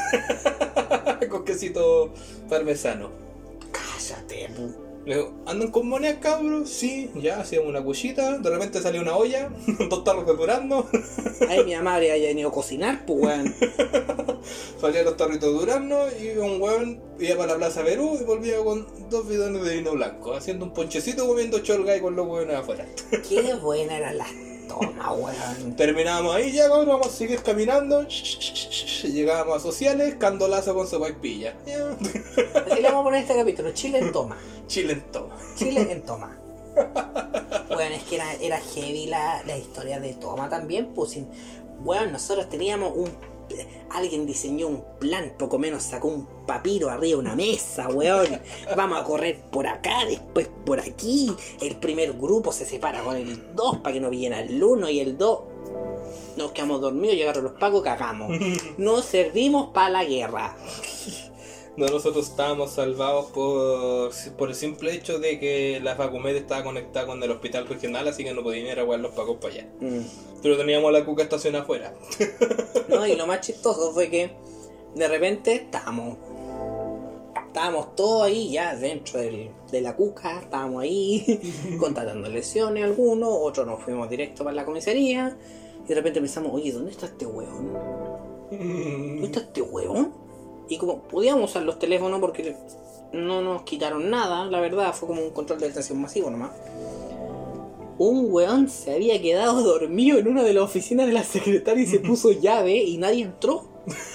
Con quesito parmesano. Cállate, pu. Le digo, ¿andan con monedas, cabros? Sí, ya, hacíamos una cuchita, de repente salió una olla, dos tarros de durazno. Ay, mi mamá habría venido a cocinar, pues, weón. Salían los tarritos de durazno y un weón iba para la Plaza Perú y volvía con dos bidones de vino blanco, haciendo un ponchecito comiendo cholga y con los weones afuera. Qué buena era la toma, weón. Terminábamos ahí, ya cabrón, vamos a seguir caminando. Llegábamos a Sociales, candolazo con sopa y pilla. Así le vamos a poner este capítulo, Chile en toma. Chile en toma. Chile en toma. Bueno, es que era, era heavy la, la historia de toma también, pues. Sin, bueno, nosotros teníamos un... Alguien diseñó un plan, poco menos sacó un papiro arriba de una mesa, weón. Vamos a correr por acá, después por aquí. El primer grupo se separa con el dos para que no viera el uno y el dos. Nos quedamos dormidos, llegaron los pacos, cagamos. Nos servimos para la guerra. No, nosotros estábamos salvados por, por el simple hecho de que la Facumed estaba conectada con el hospital regional, así que no podían ir a guardar los pacos para allá. Mm. Pero teníamos la cuca estacionada afuera. No, y lo más chistoso fue que de repente estábamos estábamos todos ahí ya dentro del, de la cuca, estábamos ahí contratando lesiones algunos, otros nos fuimos directo para la comisaría y de repente pensamos, oye, ¿dónde está este huevón? ¿Dónde está este huevón? Y como podíamos usar los teléfonos porque no nos quitaron nada, la verdad, fue como un control de detención masivo nomás. Un weón se había quedado dormido en una de las oficinas de la secretaria y se puso llave y nadie entró.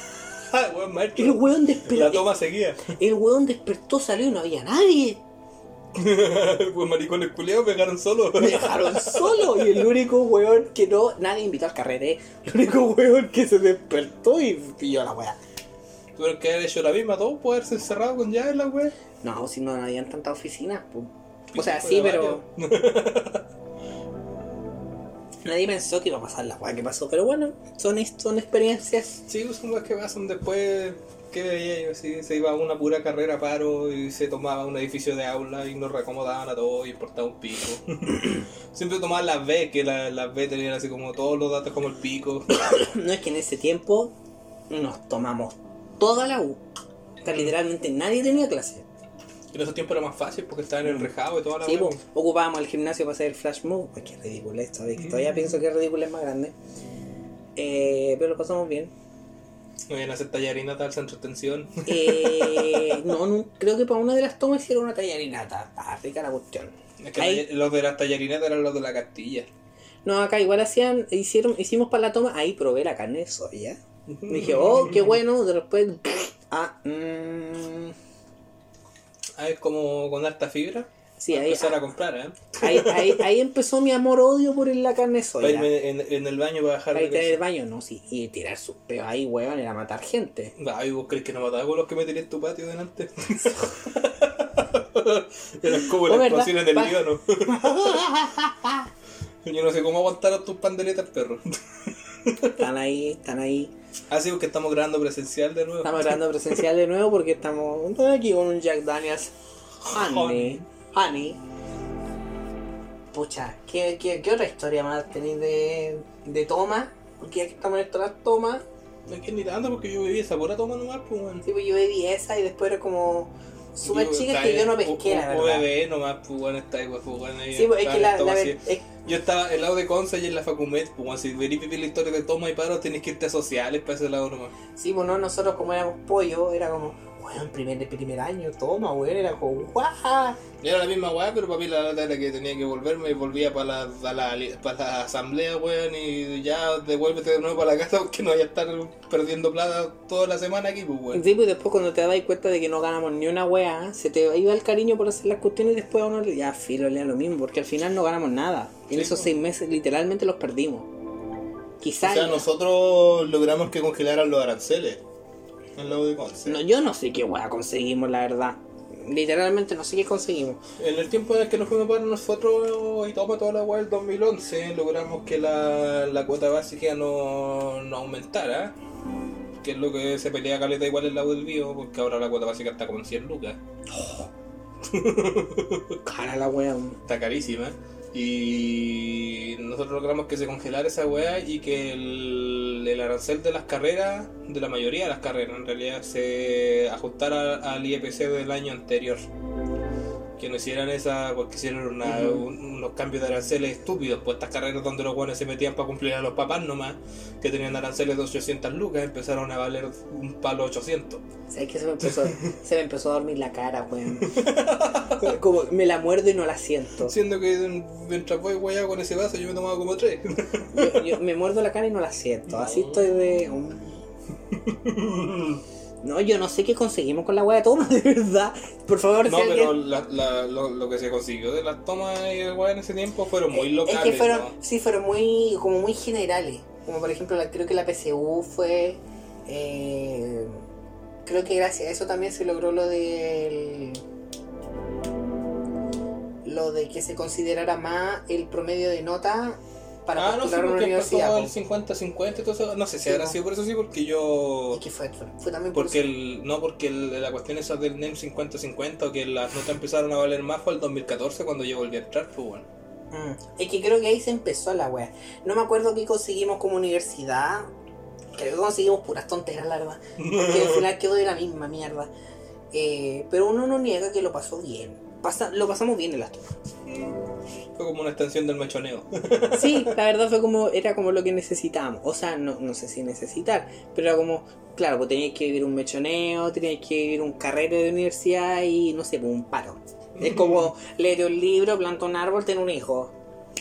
El weón despertó. La toma seguía. El weón despertó, salió y no había nadie. Pues maricones culiados me dejaron solo. Me dejaron solo. Y el único weón que no. Nadie invitó al carrete. El único weón que se despertó y pilló la weá. Tuvieron que haber hecho la misma, todo puede haberse encerrado con llaves la weá. No, si no habían tantas oficinas, pues. O sea, sí, pero. Nadie pensó que iba a pasar la weá que pasó, pero bueno, son, son experiencias. Sí, son weas que pasan después. ¿Qué veía yo? Sí, se iba a una pura carrera a paro y se tomaba un edificio de aula y nos reacomodaban a todos y importaba un pico. Siempre tomaban las B, que las la B tenían así como todos los datos como el pico. No, es que en ese tiempo nos tomamos toda la U. O sea, literalmente nadie tenía clase. En esos tiempos era más fácil porque estaba en el rejado y toda la sí, pues, ocupábamos el gimnasio para hacer el flash move. Ay, qué ridículo esto, ¿ves? Mm. Todavía pienso que el ridículo es más grande. Eh, pero lo pasamos bien. ¿No iban a hacer tallarinata al centro de extensión? Eh, no, no, creo que para una de las tomas hicieron una tallarinata. Ah, rica la cuestión. Es que ahí, los de las tallarinatas eran los de la Castilla. No, acá igual hacían, hicieron, hicimos para la toma, ahí probé la carne de soya. Uh-huh. Dije, oh, qué bueno, después... Ah, mmm... Ah, es como con alta fibra. Sí, para ahí, empezar ah, a comprar, ¿eh? Ahí, ahí, ahí empezó mi amor-odio por la carne de soya. Para irme en, en el baño para bajar de peso. En el baño, no, sí. Y tirar sus peos ahí, weón, era matar gente. Ay, ¿vos crees que no mataba con los que me tiré en tu patio delante? Eran como las explosiones del Líbano. Yo no sé cómo aguantaron tus pandeletas, perro. Están ahí, están ahí. Ah, sí, porque estamos grabando presencial de nuevo. Estamos grabando presencial de nuevo porque estamos aquí con un Jack Daniels Honey. Honey. Pucha, ¿qué, qué, qué otra historia más tenéis de, de toma? Porque aquí estamos en estas tomas. No es que ni tanto porque yo viví esa pura toma nomás, pues, bueno. Sí, pues yo viví esa y después era como... Súper chicas que yo no pesqué, la verdad. O bebé nomás, pues bueno, está igual, pues bueno. Sí, pues es que la, la ver, es... Yo estaba al lado de Conce y en la Facumed, pues bueno, si venís a vivir la historia de toma y paro, tenés que irte a sociales para ese lado nomás. Sí, pues no, nosotros como éramos pollo, era como, weón, primer, primer año, toma, weón, era como, guau. Era la misma weá, pero para mí la verdad era que tenía que volverme y volvía para la, para la, para la asamblea, weón, y ya devuélvete de nuevo para la casa porque no vaya a estar perdiendo plata toda la semana aquí, pues weón. Sí, pues después cuando te das cuenta de que no ganamos ni una weá, se te iba el cariño por hacer las cuestiones y después a uno ya filo, lea lo mismo, porque al final no ganamos nada. Y en sí, esos pues. seis meses literalmente los perdimos. Quizás. O sea, nosotros logramos que congelaran los aranceles al lado de Conce. No, yo no sé qué weá conseguimos, la verdad. Literalmente no sé qué conseguimos. En el tiempo en el que nos fuimos para nosotros y toma toda la weá del dos mil once, logramos que la, la cuota básica no, no aumentara. Que es lo que se pelea caleta igual en la U del Bío, porque ahora la cuota básica está como en cien lucas. Oh. Cara la weá. Está carísima. Y nosotros logramos que se congelara esa weá y que el, el arancel de las carreras, de la mayoría de las carreras en realidad, se ajustara al I E P C del año anterior. Que no hicieran esa, porque hicieron una, uh-huh. un, unos cambios de aranceles estúpidos. Pues estas carreras donde los buenos se metían para cumplir a los papás nomás, que tenían aranceles de ochocientas lucas, empezaron a valer un palo ochocientos. ¿Sabes qué? Se me empezó, se me empezó a dormir la cara, weón. Como me la muerdo y no la siento. Siendo que mientras voy guayado con ese vaso, yo me he tomado como tres. Yo, yo me muerdo la cara y no la siento. Así estoy de... No, yo no sé qué conseguimos con la hueá de toma, de verdad. Por favor, no, si pero alguien... la, la, lo, lo que se consiguió de las tomas y el hueá en ese tiempo fueron muy locales. Es que fueron, ¿no? Sí, fueron muy, como muy generales. Como por ejemplo, la, creo que la P C U fue... Eh, creo que gracias a eso también se logró lo de... Lo de que se considerara más el promedio de nota para ah, no, sí, postular a una porque universidad. empezó el cincuenta cincuenta y todo eso. No sé si sí, habrá no. sido por eso, sí, porque yo... Es que fue, fue, fue también por porque eso. El, no, porque el, la cuestión esa del NEM cincuenta cincuenta o que las notas empezaron a valer más fue el dos mil catorce cuando yo volví a entrar, pues bueno. Mm. Es que creo que ahí se empezó la wea. No me acuerdo qué conseguimos como universidad. Creo que conseguimos puras tonteras, la verdad. Porque al final quedó de la misma mierda. Eh, pero uno no niega que lo pasó bien. Pasa, lo pasamos bien en las tomas. Fue como una extensión del mechoneo. Sí, la verdad fue como, era como lo que necesitábamos. O sea, no, no sé si necesitar, pero era como, claro, pues teníais que vivir un mechoneo, teníais que vivir un carrete de universidad y no sé, pues un paro. Es como leer un libro, planta un árbol, tener un hijo.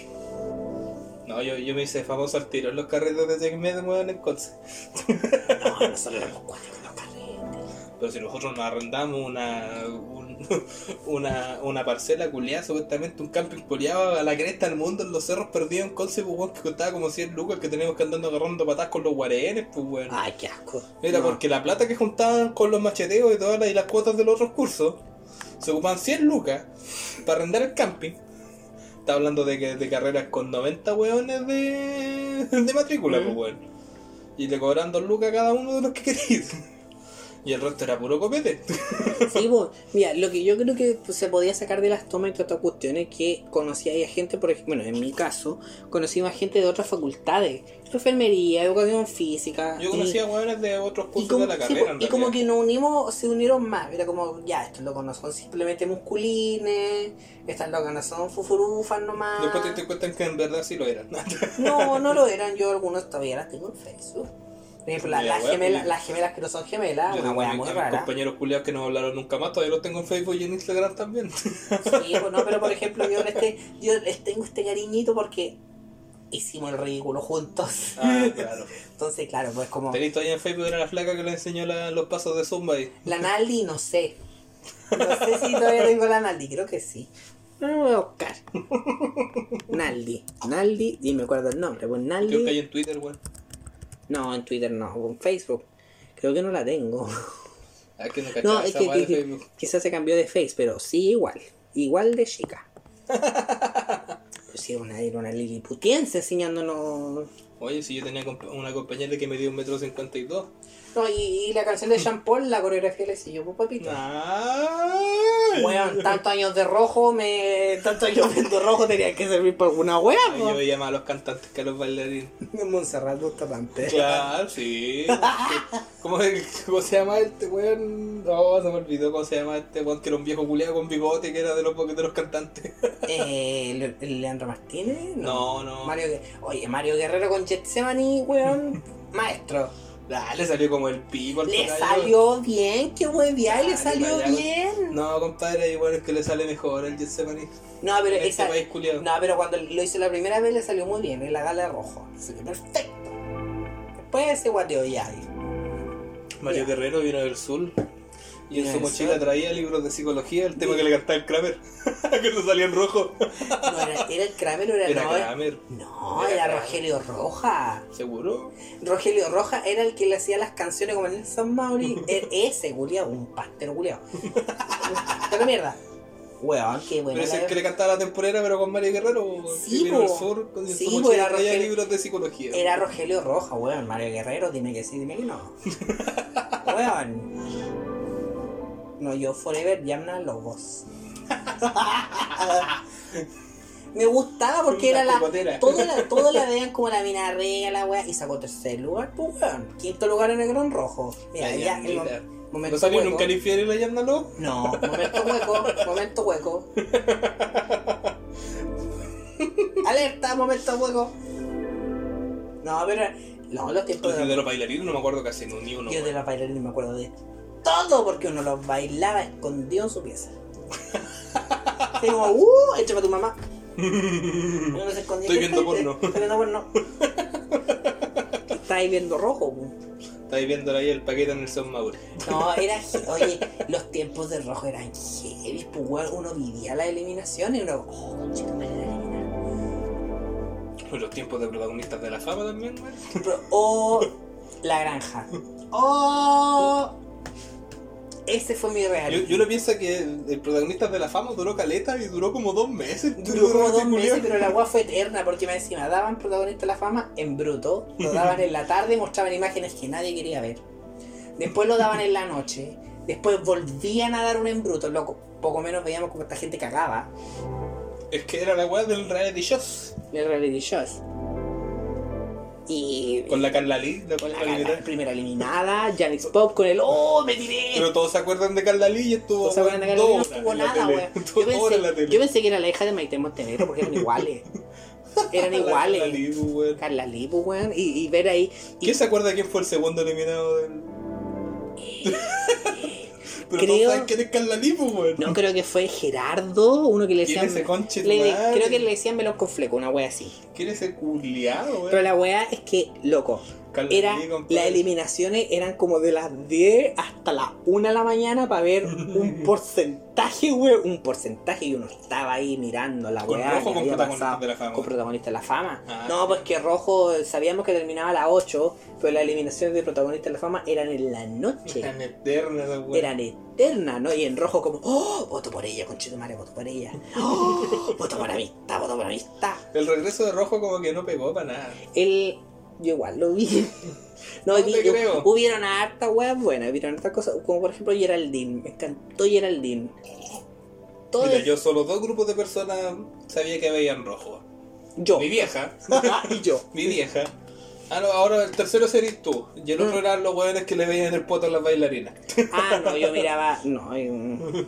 No, yo, yo me hice famoso al tiro en los carretes de Jack Med en el Conce. No, nosotros éramos cuatro con los carretes. Pero si nosotros nos arrendamos una un, una, una parcela culiada, supuestamente un camping culiado a la cresta del mundo en los cerros perdidos en Conce, pues, que costaba como cien lucas, que teníamos que andar agarrando patas con los guarenes, pues bueno. Ay, qué asco. Era no. Porque la plata que juntaban con los macheteos y todas las, y las cuotas de los otros cursos, se ocupaban cien lucas para arrendar el camping. Está hablando de que de carreras con noventa hueones de, de matrícula, mm. pues bueno. Y le cobran dos lucas a cada uno de los que querías. Y el resto era puro copete. Sí, pues, mira, lo que yo creo que pues, se podía sacar de las tomas y todas estas cuestiones que conocía a gente, por ejemplo, bueno, en mi caso, conocí a gente de otras facultades, enfermería, educación física. Yo conocía a hueones de otros cursos como, de la carrera. Sí, y como que nos unimos, se unieron más. Era como, ya, estos locos no son simplemente musculines, estas locas no son fufurufas nomás. Después te, te cuentan que en verdad sí lo eran. No, no lo eran, yo algunos todavía las tengo en Facebook. Por ejemplo, la, la gemela, las gemelas que no son gemelas, yo una wea muy rara. Compañeros culiados que no hablaron nunca más, todavía los tengo en Facebook y en Instagram también. Sí, pues no, pero por ejemplo, yo les, te, yo les tengo este cariñito porque hicimos el ridículo juntos. Ah, claro. Entonces, claro, pues como... ¿Tenés todavía en Facebook era la flaca que le enseñó la, los pasos de Zumba ahí? La Naldi, no sé. No sé si todavía tengo la Naldi, creo que sí. No lo voy a buscar. Naldi. Naldi, y me acuerdo el nombre, pues Naldi. Creo que hay en Twitter, weón. No, en Twitter no, en Facebook. Creo que no la tengo. Ah, que no cachaba no, es esa que, que, que Facebook. Quizás se cambió de Face, pero sí igual. Igual de chica. Pero sí, una, era una liliputiense enseñándonos... Oye, si yo tenía una compañera que me dio un metro cincuenta y dos. No, y, y la canción de Jean Paul, la coreografía le siguió, pues papito. Ay. Bueno, tantos años de rojo, me tantos años de rojo tenían que servir por alguna wea, Ay, yo veía más a los cantantes que a los bailarines. Montserrat Bustamante. Claro, sí. ¿Cómo, ¿Cómo se llama este weón? No, se me olvidó cómo se llama este weón, que era un viejo culiado con bigote, que era de los de los cantantes. Eh, ¿Leandro Martínez? No, no. no. Mario, oye, Mario Guerrero con Getsemani, weón, maestro. Ah, le salió como el pico al Le tocayo. Salió bien, qué buen día, le salió vaya, bien. No, compadre, hay weones que le sale mejor el Getsemani. No, pero en esa, este país no, pero cuando lo hice la primera vez le salió muy bien, en la gala de rojo. Salió perfecto. Después se guardió ya. Mario ya. Guerrero vino del sur. Y en su mochila sur? traía libros de psicología, el tema que le cantaba el Kramer. Que no salía en rojo. No, era, ¿era el Kramer o era, era no? Kramer? No, era, era Kramer. Rogelio Roja. ¿Seguro? Rogelio Roja era el que le hacía las canciones como en el San Mauri. Ese culiao, un pastero culiao. Pero mierda. Weón, qué bueno. Pero es el que le cantaba la temporera, pero con Mario Guerrero. Sí, vino del sur, con sí, su mochila era traía Rogelio, libros de psicología. Era Rogelio Roja, weón. Mario Guerrero, dime que sí, dime que no. Weón. No, yo forever Yamna Lobos. Me gustaba porque era la. Todos la, todo la veían como la mina rega, la wea. Y sacó tercer lugar, pues weón. Quinto lugar en el Gran Rojo. Mira, ya, el momento ¿No salió hueco. nunca el infierno y la llanda no? No, momento hueco, momento hueco. Alerta, momento hueco. No, pero. No, los tiempos de, de los bailarines no me acuerdo casi no, ni uno. Yo de los bailarines me acuerdo de todo porque uno los bailaba escondido en su pieza. Así como, uh, échame a tu mamá. Uno se escondía. Estoy viendo porno. Estoy viendo porno. Estáis viendo rojo, pu. Estáis viendo ahí el paquete en el Son Mauro. No, era. Oye, los tiempos de rojo eran heavy, pues uno vivía la eliminación y uno. Oh, chica, me la eliminaron. Los tiempos de protagonistas de la fama también, güey. O La Granja. Oh, ese fue mi real. Yo, yo lo pienso que el protagonista de la fama duró caleta y duró como dos meses. Duró como dos meses, pero la weá fue eterna porque más encima daban protagonista de la fama en bruto, lo daban en la tarde, mostraban imágenes que nadie quería ver. Después lo daban en la noche, después volvían a dar un en bruto, loco. Poco menos veíamos como esta gente cagaba. Es que era la weá del reality shows. Del reality shows. Y. Con la Carla Lee, la, con la, la, la primera eliminada, Janix Pop con el ¡oh! ¡Me tiré! Pero todos se acuerdan de Carla Lee y estuvo. Todos se acuerdan de Carla Lee, no estuvo nada, weón. Yo, pensé, yo pensé que era la hija de Maite Montenegro porque eran iguales. Eran iguales. Carla Lee, weón. Carla Lee, weón. Y, y ver ahí. Y... ¿Quién se acuerda de quién fue el segundo eliminado del.? Pero creo, no saben quién es Carla Lee, pues, weón. No, creo que fue Gerardo, uno que le decían. ¿Quién es ese conche le, creo que le decían melón con fleco, una wea así. ¿Quién es ese culiado, weón? Pero la wea es que, loco, Carla era, Lee, las eliminaciones eran como de las diez hasta las una de la mañana para ver un porcentaje, weón. Un porcentaje y uno estaba ahí mirando la ¿Con wea. Rojo con protagonista de la fama? Con protagonista de la fama. Ah, no, pues que Rojo sabíamos que terminaba a las ocho, pero las eliminaciones de protagonista de la fama eran en la noche. Eran eternas, weón. Eran eternas, ¿no? Y en Rojo como, oh, voto por ella, conchetumare, voto por ella. Oh, voto por amistad, voto por amistad. El regreso de Rojo como que no pegó para nada. El... Yo igual lo vi. No, no vi, te creo. Hubieron hartas weas buenas, hubieron hartas cosas, como por ejemplo Geraldine. Me encantó Geraldine. Todo Mira, el... yo solo dos grupos de personas sabía que veían rojo. Yo. Mi vieja. Y yo. Mi vieja. Ah, no, ahora el tercero serías tú. Y el otro mm. eran los hueones que le veían el poto a las bailarinas. Ah, no, yo miraba. No, yo,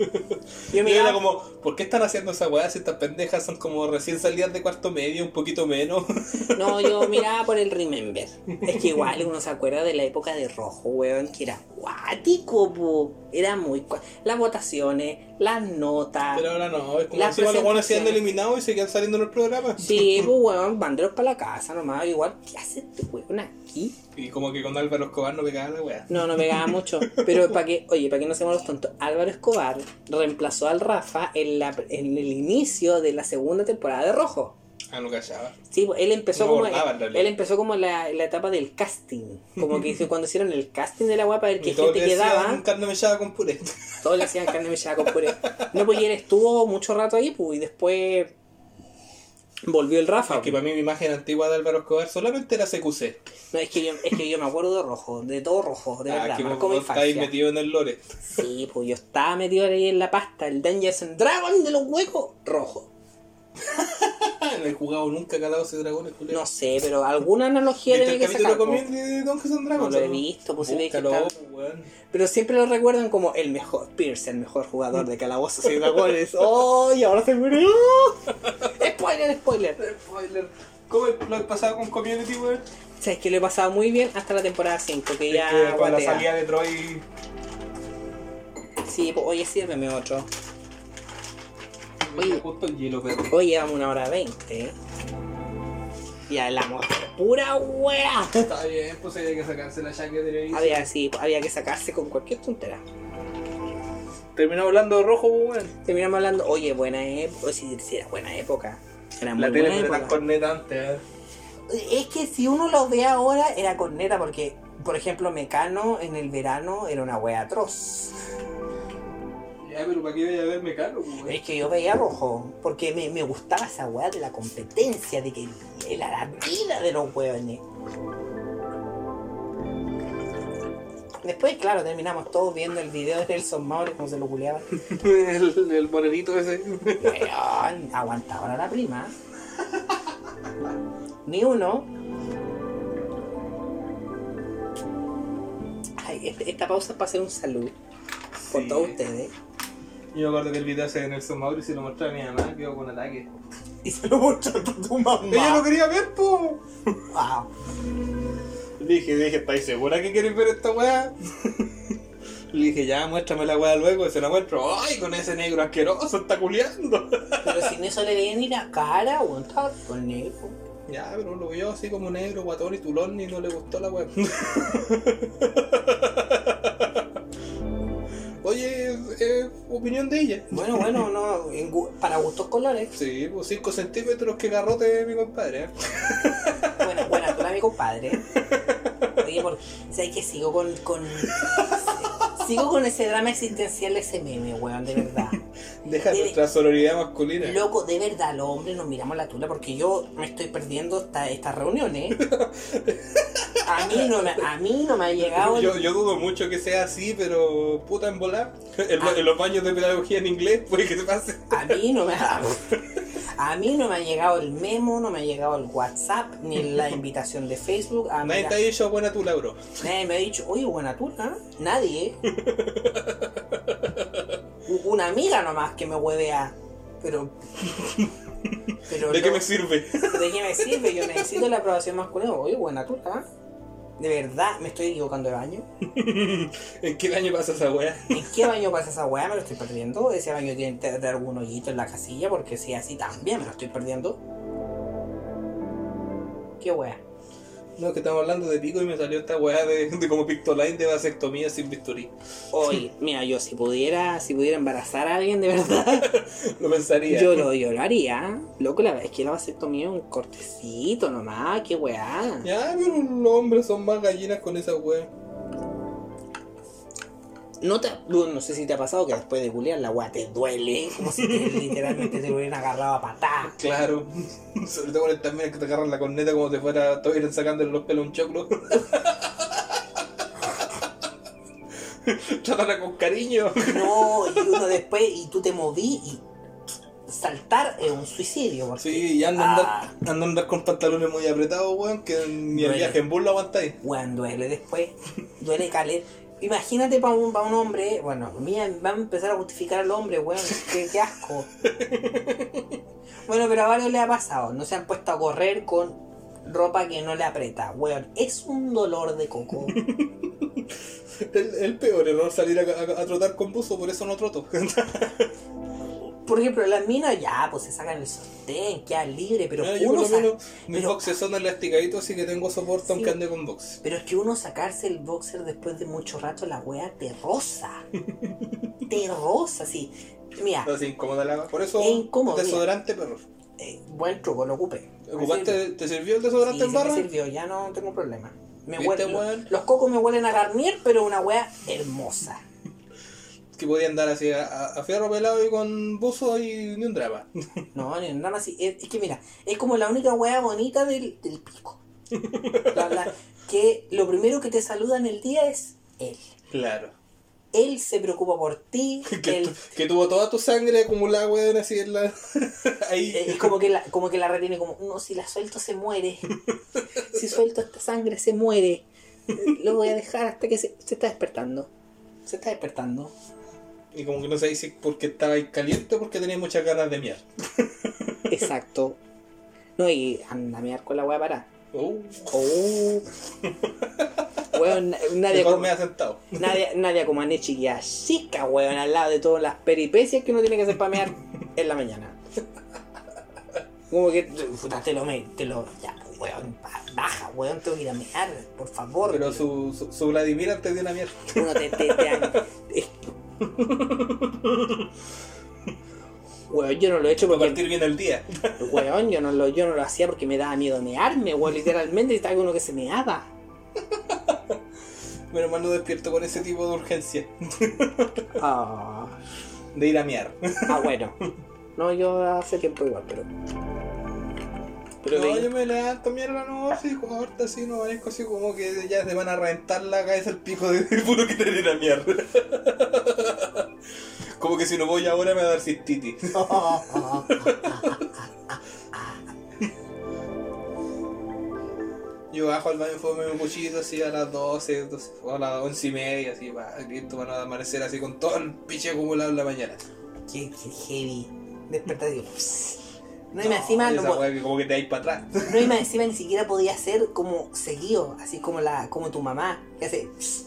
yo miraba. Era como, ¿por qué están haciendo esa weá si estas pendejas son como recién salidas de cuarto medio, un poquito menos? No, yo miraba por el Remember. Es que igual uno se acuerda de la época de Rojo, weón, que era cuático, po. Era muy cu... Las votaciones, las notas. Pero ahora no, es como encima los buenos se han eliminado y seguían saliendo en el programa. Sí, pues weón, banderos para la casa nomás. Igual, ¿qué hace este weón aquí? Y como que con Álvaro Escobar no pegaba la weá. No, no pegaba mucho. Pero para que, oye, para que no seamos los tontos, Álvaro Escobar reemplazó al Rafa en, la, en el inicio de la segunda temporada de Rojo. Ah, no callaba. Sí, él empezó no como bordaba, él empezó como la, la etapa del casting, como que cuando hicieron el casting de la guapa para ver qué gente quedaba. Carne mechada con puré. Todos le hacían carne mechada con puré. No, pues y él estuvo mucho rato ahí, pues, y después volvió el Rafa. Es que para mí mi imagen antigua de Álvaro Escobar solamente era C Q C. No, es que yo, es que yo me acuerdo de Rojo, de todo Rojo, de ah, verdad. Que vos estás ahí metido en el lore. Sí, pues yo estaba metido ahí en la pasta, el Dungeons and Dragons de los huecos, Rojo. No he jugado nunca Calabozos y Dragones, Julio. No sé, pero alguna analogía tiene que sacar. ¿Viste el capítulo de Dungeons and Dragons? No lo he visto, pues se ve que está... Bueno. Pero siempre lo recuerdan como el mejor, Pierce, el mejor jugador de Calabozos y Dragones. ¡Oh! Y ahora se murió. Spoiler, spoiler. Spoiler. ¿Cómo lo he pasado con Community, weón? O sea, es que lo he pasado muy bien hasta la temporada cinco, que es ya... Que con la salida de Troy... Sí, pues oye, sírveme otro. Oye, justo el hielo, perro. Hoy llevamos una hora veinte. Y hablamos pura wea. Está bien, pues había que sacarse la chaqueta de televisión. Había, sí, había que sacarse con cualquier tontera. Terminamos hablando de Rojo, weón. Terminamos hablando, oye, buena época. Sí, sí, era buena época. Era muy la tele buena era época. tan corneta antes, eh. Es que si uno lo ve ahora, era corneta porque, por ejemplo, Mecano en el verano era una wea atroz. Ya, pero ¿para qué voy a ver Mecano? Pues, es que yo veía Rojo, porque me, me gustaba esa weá de la competencia, de que era la vida de los weones. Después, claro, terminamos todos viendo el video de Nelson Mauri como se lo culeaba. el, el morenito ese. Weón, aguantaba a la prima. Ni uno. Ay, este, esta pausa es para hacer un saludo por Sí. todos ustedes. Yo me acuerdo que el video ese de Nelson Mauri, si lo mostraba a mi mamá, quedó con ataque. Y se lo mostró a tu mamá. Ella lo quería ver, po. Wow. Le dije, le dije, ¿estáis segura que queréis ver esta weá? Le dije, ya, muéstrame la weá luego, y se la muestro. ¡Ay, con ese negro asqueroso, está culiando! Pero sin eso le veía ni la cara, weón, estaba con negro. Ya, pero lo vio así como negro, guatón y tulón, y no le gustó la weá. Oye, eh, opinión de ella. Bueno, bueno, no, en gu- para gustos colores. Sí, pues cinco centímetros que garrote mi compadre. ¿eh? Buena, buena, tú la mi compadre. Oye, porque, ¿sabes qué? Sigo con, con... Sigo con ese drama existencial de ese meme, weón, de verdad. Deja De- nuestra sororidad masculina. Loco, de verdad, los hombres nos miramos la tula porque yo me estoy perdiendo esta, estas reuniones. A mí no me, a mí no me ha llegado el... Yo, yo dudo mucho que sea así, pero puta en volar. En, Ah. en los baños de pedagogía en inglés, puede que te pase. A mí no me ha... A mí no me ha llegado el memo, no me ha llegado el WhatsApp, ni la invitación de Facebook. A Nadie te ha dicho buena tula, bro. Nadie me ha dicho, oye, buena tula. Nadie. U- Una amiga nomás que me huevea. Pero... pero ¿De qué no- me sirve? ¿De qué me sirve? Yo necesito la aprobación masculina. Oye, buena tula. De verdad, me estoy equivocando de baño. ¿En qué año pasa esa weá? ¿En qué baño pasa esa weá? Me lo estoy perdiendo. Ese baño tiene que tener algún hoyito en la casilla, porque si así también me lo estoy perdiendo. ¿Qué weá? No, es que estamos hablando de pico y me salió esta weá de, de como pictoline de vasectomía sin bisturí. Oye, mira, yo si pudiera, si pudiera embarazar a alguien de verdad, Lo pensaría. yo lo, yo lo haría. Loco, la verdad es que la vasectomía es un cortecito nomás, qué weá. Ya, pero los hombres son más gallinas con esa weá. No, te, no no sé si te ha pasado que después de culiar la weá te duele, como si te, literalmente te hubieran agarrado a patada. Claro. Sobre todo con el también que te agarran la corneta como si fuera, estuvieran sacándole los pelos a un choclo. Trátala con cariño. No, y uno después, y tú te moví y saltar es un suicidio. Porque, Sí, y anda a andar, anda a andar con pantalones muy apretados, weón, que ni el Duele. viaje en bus lo aguantáis. weón, duele después, duele caler. Imagínate para un, pa un hombre, bueno, mira, va a empezar a justificar al hombre, weón, qué, qué asco. Bueno, pero a varios le ha pasado, no se han puesto a correr con ropa que no le aprieta, weón, es un dolor de coco. El, el peor error salir a, a, a trotar con buzo, por eso no troto. Por ejemplo, las minas ya, pues se sacan el sostén, quedan libre, pero Mira, yo por uno lo sa- menos mis pero- boxes son elasticaditos, así que tengo soporte Sí. aunque ande con box. Pero es que uno sacarse el boxer después de mucho rato, la wea te roza. Te roza, sí. Mira, Así incómoda la. Por eso, Es incómodo, desodorante, perro. eh, buen truco, lo ocupé. Me sirve. ¿Ocupaste, ¿Te sirvió el desodorante Sí, en sí me barra? sirvió, ya no tengo problema. Me ¿Viste, huele- weón? los cocos me huelen a Garnier, pero una wea hermosa. Que podía andar así a, a, a fierro pelado y con buzo y ni un drama. No, ni nada más. así. Es, es que mira, es como la única wea bonita del, del pico. La- la- que lo primero que te saluda en el día es él. Claro. Él se preocupa por ti. Que, él, tu- que tuvo toda tu sangre acumulada, weón, así en la. Ahí. eh, es como que, la, como que la retiene como, no, si la suelto se muere. Si suelto esta sangre se muere. Lo voy a dejar hasta que se, se está despertando. Se está despertando. Y como que no sabéis si porque estaba ahí caliente o porque tenía muchas ganas de miar. Exacto. No, y anda a mirar con la weá para. Uh, Oh. Weón, na- nadie mejor como, me ha sentado. nadie, nadie como Ane chiquilla chica, weón, al lado de todas las peripecias que uno tiene que hacer para mear en la mañana. Como que, puta, te lo me, te lo, ya, weón, baja, weón, tengo que ir a mear, por favor. Pero su, su, su Vladimir antes de una mierda. Uno te, te, te, es- Weón, yo no lo he hecho Para porque, partir bien el día. weón, yo no lo, yo no lo hacía porque me daba miedo mearme, weón, literalmente estaba con uno que se meaba. Menos mal no despierto con ese tipo de urgencia. Ah, De ir a miar. ah, bueno. No, yo hace tiempo igual, pero. Pero no, yo me levanto, mierda, no, así corta, así, no parezco así como que ya se van a reventar la cabeza el pico de puro que tener la mierda. Como que si no voy ahora me va a dar cistitis. Yo bajo al baño, fumo un cuchillo así a las doce, doce o a las once y media, así, va, listo, van a amanecer así con todo el piche acumulado en la mañana. Qué, qué heavy. Despertar y digo, no, y me encima esa no, wea que como que te vais para atrás. No, y me encima ni siquiera podía ser como seguido, así como la como tu mamá, que hace.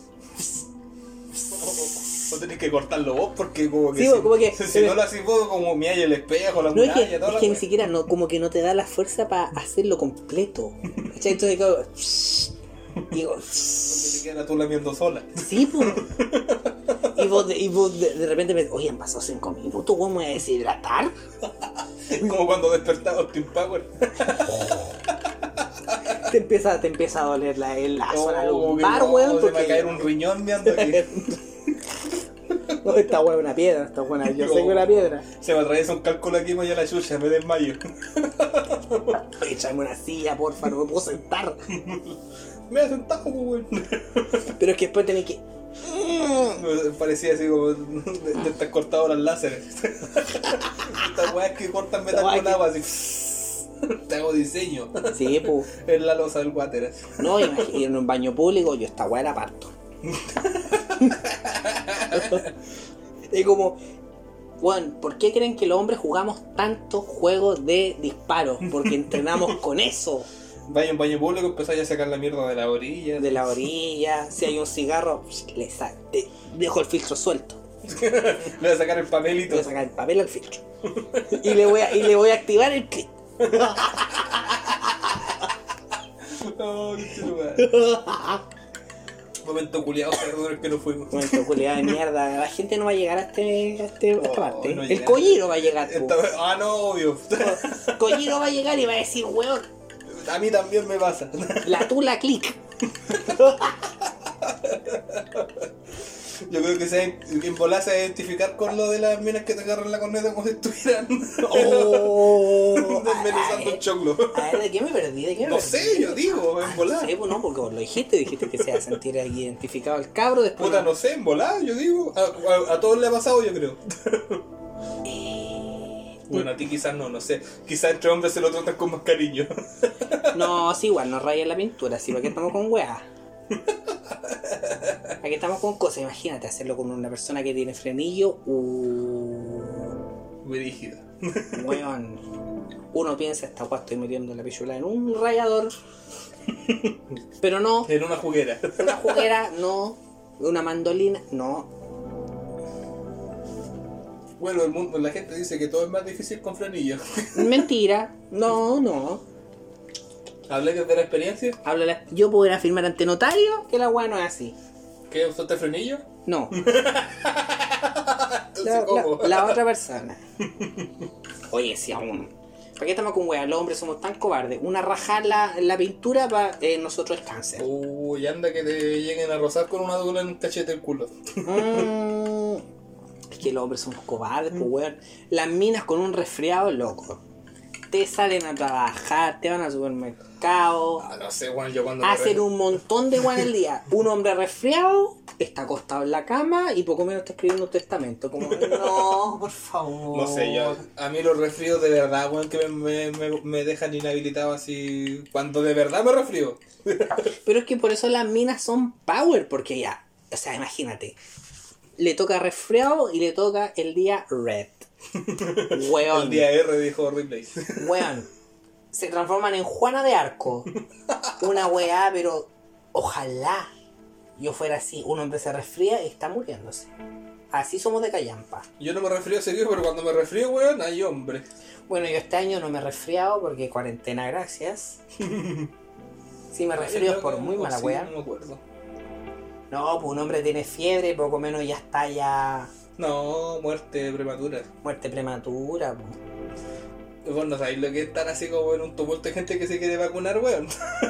No tenés que cortarlo vos porque como que sí, si, como que, si no lo haces vos como me hay el espejo, la no, muralla, es que, toda es la que wea. ni siquiera no, como que no te da la fuerza para hacerlo completo. ¿Cachai? Entonces como, digo, porque te quedas tú lamiendo sola. sí, pues. Y vos, de, y vos de, de repente me oye, han pasado cinco minutos, ¿cómo me voy a deshidratar? Como cuando despertaba Team Power. Te empieza, te empieza a doler la, la Oh, zona como que lumbar, no, weón. se Porque... me va a caer un riñón me ando aquí. No, esta weá es una piedra, esta buena. Yo sé que es una piedra. Se me atraviesa un cálculo aquí, me voy a la chucha, me desmayo. Échame una silla, porfa, no me puedo sentar. Me he sentado, weón. Pero es que después tenés que. Me parecía así como de, de estas cortadoras láseres. Estas weas que cortan metal con agua así. Te hago diseño. Sí, pues. Es la losa del water. Así. No, imagínate, en un baño público, yo esta weá la parto. Es como, Juan, ¿por qué creen que los hombres jugamos tantos juegos de disparos? Porque entrenamos con eso. Vaya en baño público, empezáis a sacar la mierda de la orilla. De la orilla, si hay un cigarro, le sa- te dejo el filtro suelto. Le voy a sacar el papelito. Le voy a sacar el papel al filtro. Y le voy a, y le voy a activar el clip. Oh, qué chulo, momento culiado, perdón, que no fuimos. Momento culiado de mierda. La gente no va a llegar a, este, a, este, a esta Oh, parte. no el llega. Colliro va a llegar. Esta vez- ah, no, obvio. Colliro va a llegar y va a decir, weón, A mí también me pasa. la tula click. Yo creo que se en volar se va a identificar con lo de las minas que te agarran la corneta como si estuvieran Oh, desmenuzando un choclo. A ver, ¿de qué me perdí? ¿De qué me No perdí? sé, yo digo, en volar. Sí, pues no, porque vos lo dijiste, dijiste que se va a sentir ahí identificado el cabro después. Puta, no sé, en volar, yo digo. A, a, a todos le ha pasado, yo creo. Eh, Bueno, a ti quizás no, no sé. Quizás entre hombres se lo tratan con más cariño. No, sí, igual, no rayes la pintura, sí, porque estamos con weas. Aquí estamos con cosas, imagínate hacerlo con una persona que tiene frenillo. Uh, Brígido. weón. Uno piensa, esta weá estoy metiendo la pichula en un rallador. Pero no, En una juguera. una juguera, no. Una mandolina, no. Bueno, el mundo, la gente dice que todo es más difícil con frenillo. Mentira, no, no. ¿Hablé desde la experiencia? Háblala. Yo puedo afirmar ante notario que la weá no es así. ¿Qué usaste frenillo? No. Entonces, La, ¿cómo? la- la otra persona. Oye, si aún. ¿Para qué estamos con weas? Los hombres somos tan cobardes. Una rajar la, la pintura para eh, nosotros es cáncer. Uy, anda que te lleguen a rozar con una dula en un cachete del culo. Mm, es que los hombres somos cobardes, pues weón. Las minas con un resfriado, loco. Te salen a trabajar, te van al supermercado. Ah, no sé, bueno, yo cuando... me Hacen re- un montón de weón al día. Un hombre resfriado está acostado en la cama y poco menos está escribiendo un testamento. Como, no, por favor. No sé, yo... A mí los resfríos de verdad, weón, que me, me, me, me dejan inhabilitado así... Cuando de verdad me resfrío. Pero es que por eso las minas son power, porque ya, o sea, imagínate, le toca resfriado y le toca el día red. Weón, El día R, dijo Ripley. weón, se transforman en Juana de Arco. Una weá, pero ojalá yo fuera así. Un hombre se resfría y está muriéndose. Así somos de callampa. Yo no me resfrío seguido, pero cuando me resfrío, weón, hay hombre. Bueno, yo este año no me he resfriado porque cuarentena, gracias. Sí me resfrío por muy mala sí, weá. No me acuerdo. No, pues un hombre tiene fiebre, poco menos ya está ya... No, muerte prematura. Muerte prematura, po. Vos no sabéis lo que es estar así como en un tumulto de gente que se quiere vacunar, weón.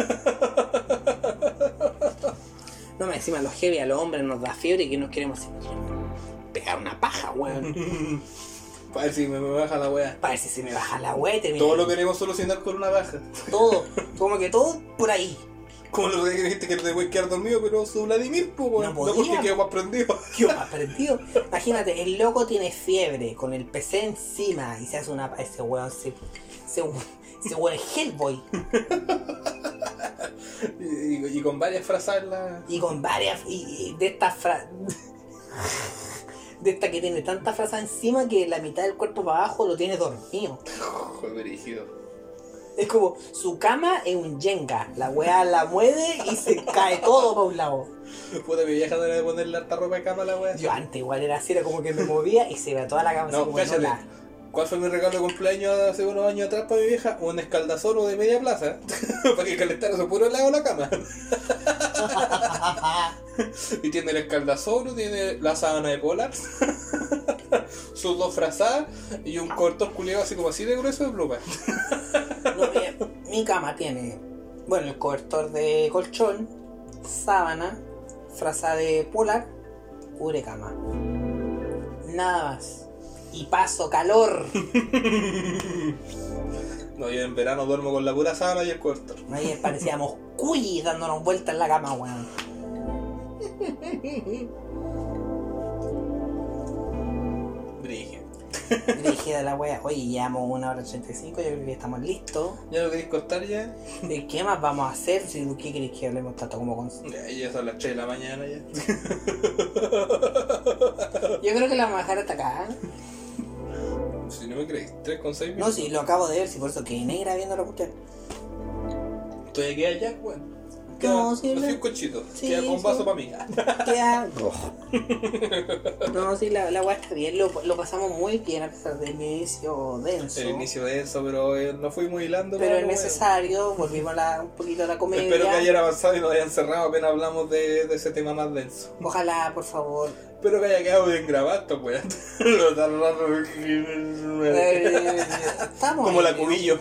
No me encima los heavy a los hombres nos da fiebre y que nos queremos así, pegar una paja, weón. Para ver si me, me baja la wea. Para ver si se me baja la wea y termina. Todo lo queremos solucionar con una baja. Todo, como que todo por ahí. Como lo que dijiste que no te puedes quedar dormido, pero su Vladimir, pues, weón. No, no porque quedó más prendido. Quedó más prendido. Imagínate, el loco tiene fiebre con el P C encima y se hace una. Ese weón se. Se, se weón es Hellboy. y, y, y con varias frases la... Y con varias. Y, y de estas frases. De esta que tiene tanta frasa encima que la mitad del cuerpo para abajo lo tiene dormido. Joder, brígido. Es como, su cama es un Jenga. La weá la mueve y se cae todo para un lado. Puta, mi vieja no era de ponerle harta ropa de cama a la weá. Yo antes igual era así, era como que me movía y se veía toda la cama no, así como cállate. la... ¿Cuál fue mi regalo de cumpleaños hace unos años atrás para mi vieja? Un escaldazoro de media plaza. Para que calentara su puro lado la cama. Y tiene el escaldazoro, tiene la sábana de polar, sus dos frazadas y un cortor culiado así como así de grueso de pluma. No, mi, mi cama tiene, bueno, el cobertor de colchón, sábana, frazada de polar, cubre cama. Nada más. Y paso calor. No, yo en verano duermo con la pura sábana y el cobertor. Ahí parecíamos cuyis dándonos vueltas en la cama, weón. Brige. Dirigida la wea. Oye, llevamos una hora ochenta y cinco, yo creo que estamos listos. ¿Ya lo queréis cortar ya? ¿De qué más vamos a hacer? Si ¿qué queréis que hablemos tanto como con...? Ya, ya son las tres de la mañana ya. Yo creo que la vamos a dejar hasta acá. Si no me creéis, tres con seis No, sí, lo acabo de ver, si por eso quedé negra viendo la cuestión. ¿Todavía queda ya? Bueno. No, sí, no. no. Un cochito. Sí, queda con un vaso sí. para mí. Queda... No, sí, la, la weá está bien, lo, lo pasamos muy bien a pesar del inicio denso. El inicio denso, pero eh, no fuimos hilando. Pero es bueno. necesario, volvimos a la, un poquito a la comedia. Espero que hayan avanzado y nos hayan cerrado apenas hablamos de, de ese tema más denso. Ojalá, por favor. Espero que haya quedado bien grabado, pues. Estamos como ahí, la cubillo.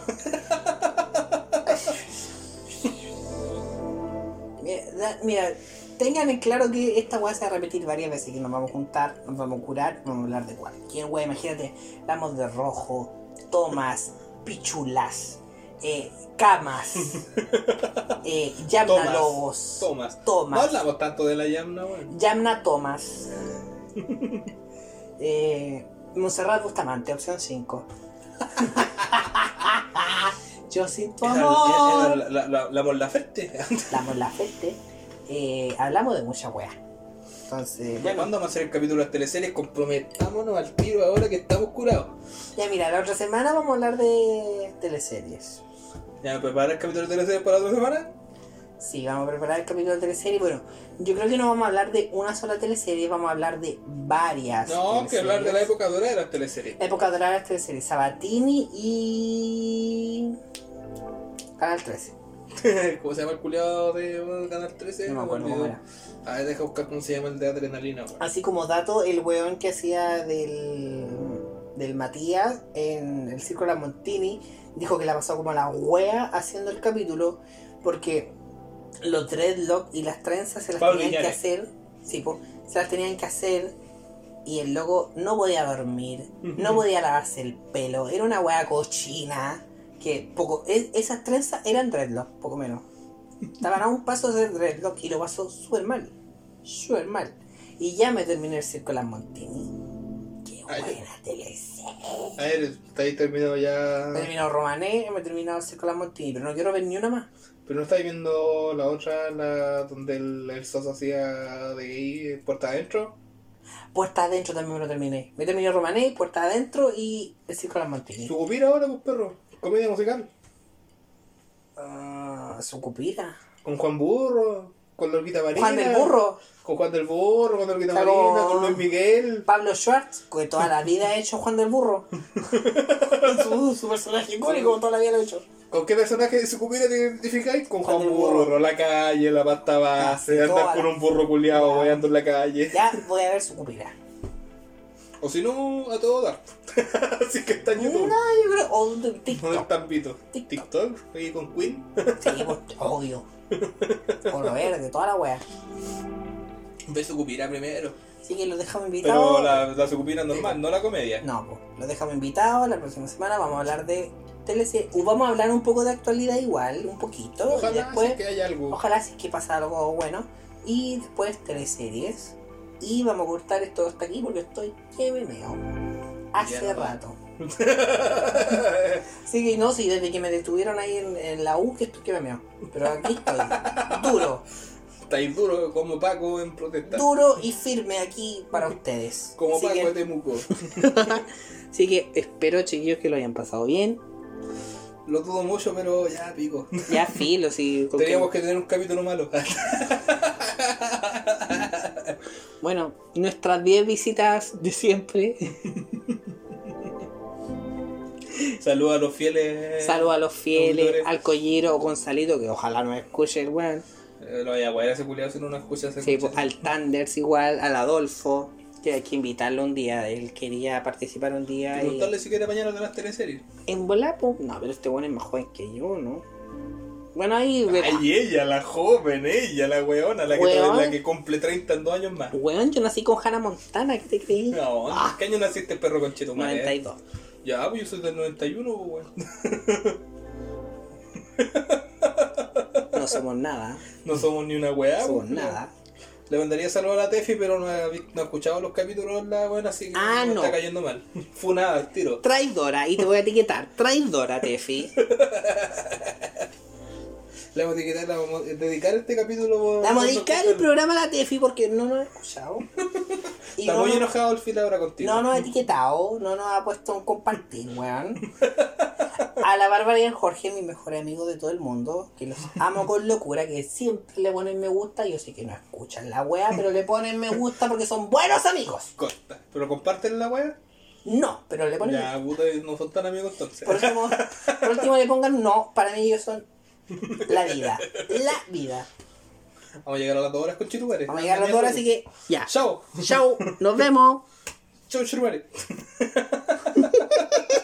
Mira, mira, tengan en claro que esta weá se va a repetir varias veces, que nos vamos a juntar, nos vamos a curar, vamos a hablar de cualquier weá. Imagínate, hablamos de rojo, tomas, pichulas, eh, camas, eh, Yamna Lobos, Tomas. Tomas. No hablamos tanto de la Yamna, weón. Yamna Tomas. eh, Monserrat Bustamante, opción cinco. Yo sin tu amor. La, la, la, la Morlaferte. La Morlaferte. Eh, hablamos de mucha wea. Entonces, bueno. ¿Cuándo vamos a hacer el capítulo de las teleseries? Comprometámonos al tiro ahora que estamos curados. Ya mira, la otra semana vamos a hablar de teleseries. ¿Ya me preparas el capítulo de teleseries para la otra semana? Sí, vamos a preparar el capítulo de teleseries. Bueno, yo creo que no vamos a hablar de una sola teleserie, vamos a hablar de varias. No, que hablar de la época dorada de las teleseries. La época dorada de las teleseries. Sabatini y... Canal trece. ¿Cómo se llama el culiado de Canal trece? No me acuerdo cómo era. A ver, deja buscar cómo se llama el de Adrenalina. Bueno. Así como dato, el weón que hacía del, del Matías en el Circo de la Montini dijo que la pasó como la wea haciendo el capítulo porque los dreadlocks y las trenzas se las Pablo tenían Iñárez. que hacer, sí, po, se las tenían que hacer y el loco no podía dormir, no podía lavarse el pelo, era una wea cochina. Que poco, es, esas trenzas eran dreadlock, poco menos. Estaban a un paso de ser dreadlock y lo pasó súper mal. Súper mal. Y ya me terminé el Circo de las Montini. Qué buena teleserie. A ver, está ahí terminado ya. Me he terminado Romané, me he terminado el Circo de las Montini, pero no quiero ver ni una más. Pero no estáis viendo la otra, la donde el, el Sosa hacía de gay, puerta adentro. Puerta adentro también me lo terminé. Me terminé Romané, Puerta adentro y el Circo de las Montini. Sucupira ahora, pues perro. Comedia musical. Uh, Sucupira. Con Juan Burro, con Lolita Marina. Juan del Burro. Con Juan del Burro, con Lolita Pero... Marina, con Luis Miguel. Pablo Schwartz, que toda la vida ha hecho Juan del Burro. su, su personaje icónico, toda la vida lo ha hecho. ¿Con qué personaje de Sucupira te identificáis? Con Juan Juan del Burro, Burro. la calle, la pasta base, Ya, andar toda con la- un burro culiado Ya. voyando en la calle. Ya voy a ver Sucupira. O si no, a todo dar. Así que está en No, YouTube. yo creo. O de No TikTok. es tan pito. TikTok. TikTok, ahí con Queen. Sí, pues, obvio. Oro verde, toda la wea. Ve Sucupira primero. Así que los dejamos invitados. Pero la, la sucupira normal, no la comedia. No, pues los dejamos invitados. La próxima semana vamos a hablar de teleseries. Vamos a hablar un poco de actualidad igual, un poquito. Ojalá y después, sí que haya algo. Ojalá sí que pasa algo bueno. Y después teleseries. Y vamos a cortar esto hasta aquí porque estoy que me meo. Hace Ya, rato. Sí que no, sí, desde que me detuvieron ahí en, en la U que estoy que me meo. Pero aquí estoy. Duro. Estáis duro como Paco en protesta. Duro y firme aquí para ustedes. Como Así Paco que, de Temuco. Así que espero, chiquillos, que lo hayan pasado bien. Lo dudo mucho, pero ya pico. Ya filo, sí. Teníamos que tener un capítulo malo. Bueno, nuestras diez visitas de siempre. Saludos a los fieles. Saludos a los fieles, auditores. al Collero o Gonzalito, que ojalá nos escuche el weón. Eh, lo voy a guardar ese culiado si no nos escucha. Sí, pues, al Thunders igual, al Adolfo, que hay que invitarlo un día. Él quería participar un día. Y preguntarle si quiere mañana de las teleseries. En volar, pues, no, pero este weón es más joven que yo, ¿no? Bueno, ahí... Ay, ella, la joven, ella, la weona, la que, Weón. la que cumple treinta en dos años más. Weón, yo nací con Hannah Montana, ¿qué te creí? No, Ah, ¿qué año naciste, perro conchetumare? noventa y dos. Ya, pues yo soy del noventa y uno, pues, weón. No somos nada. No somos ni una weá. No somos pues, nada. Le mandaría saludos a la Tefi, pero no ha, no ha escuchado los capítulos la buena, así que Ah, me no. está cayendo mal. Funada al tiro. Traidora, y te voy a etiquetar. Traidora, Tefi. Le vamos a etiquetar, le vamos a dedicar este capítulo. Le vamos a dedicar el programa a la Tefi porque no nos ha escuchado. Y Está no muy nos- enojado el fila ahora contigo. No nos ha etiquetado, no nos ha puesto un compartir, weón. A la Bárbara y al Jorge, mis mejores amigos de todo el mundo, que los amo con locura, que siempre le ponen me gusta. Yo sé que no escuchan la weá, pero le ponen me gusta porque son buenos amigos. Costa. ¿Pero comparten la weá? No, pero le ponen... Ya, puta, no son tan amigos entonces. Por último, por último le pongan no, para mí ellos son la vida. La vida. Vamos a llegar a las dos horas con Chituare. Vamos a llegar a las dos horas, así que ya. Chao. Chao, nos vemos. Chao, Chituare.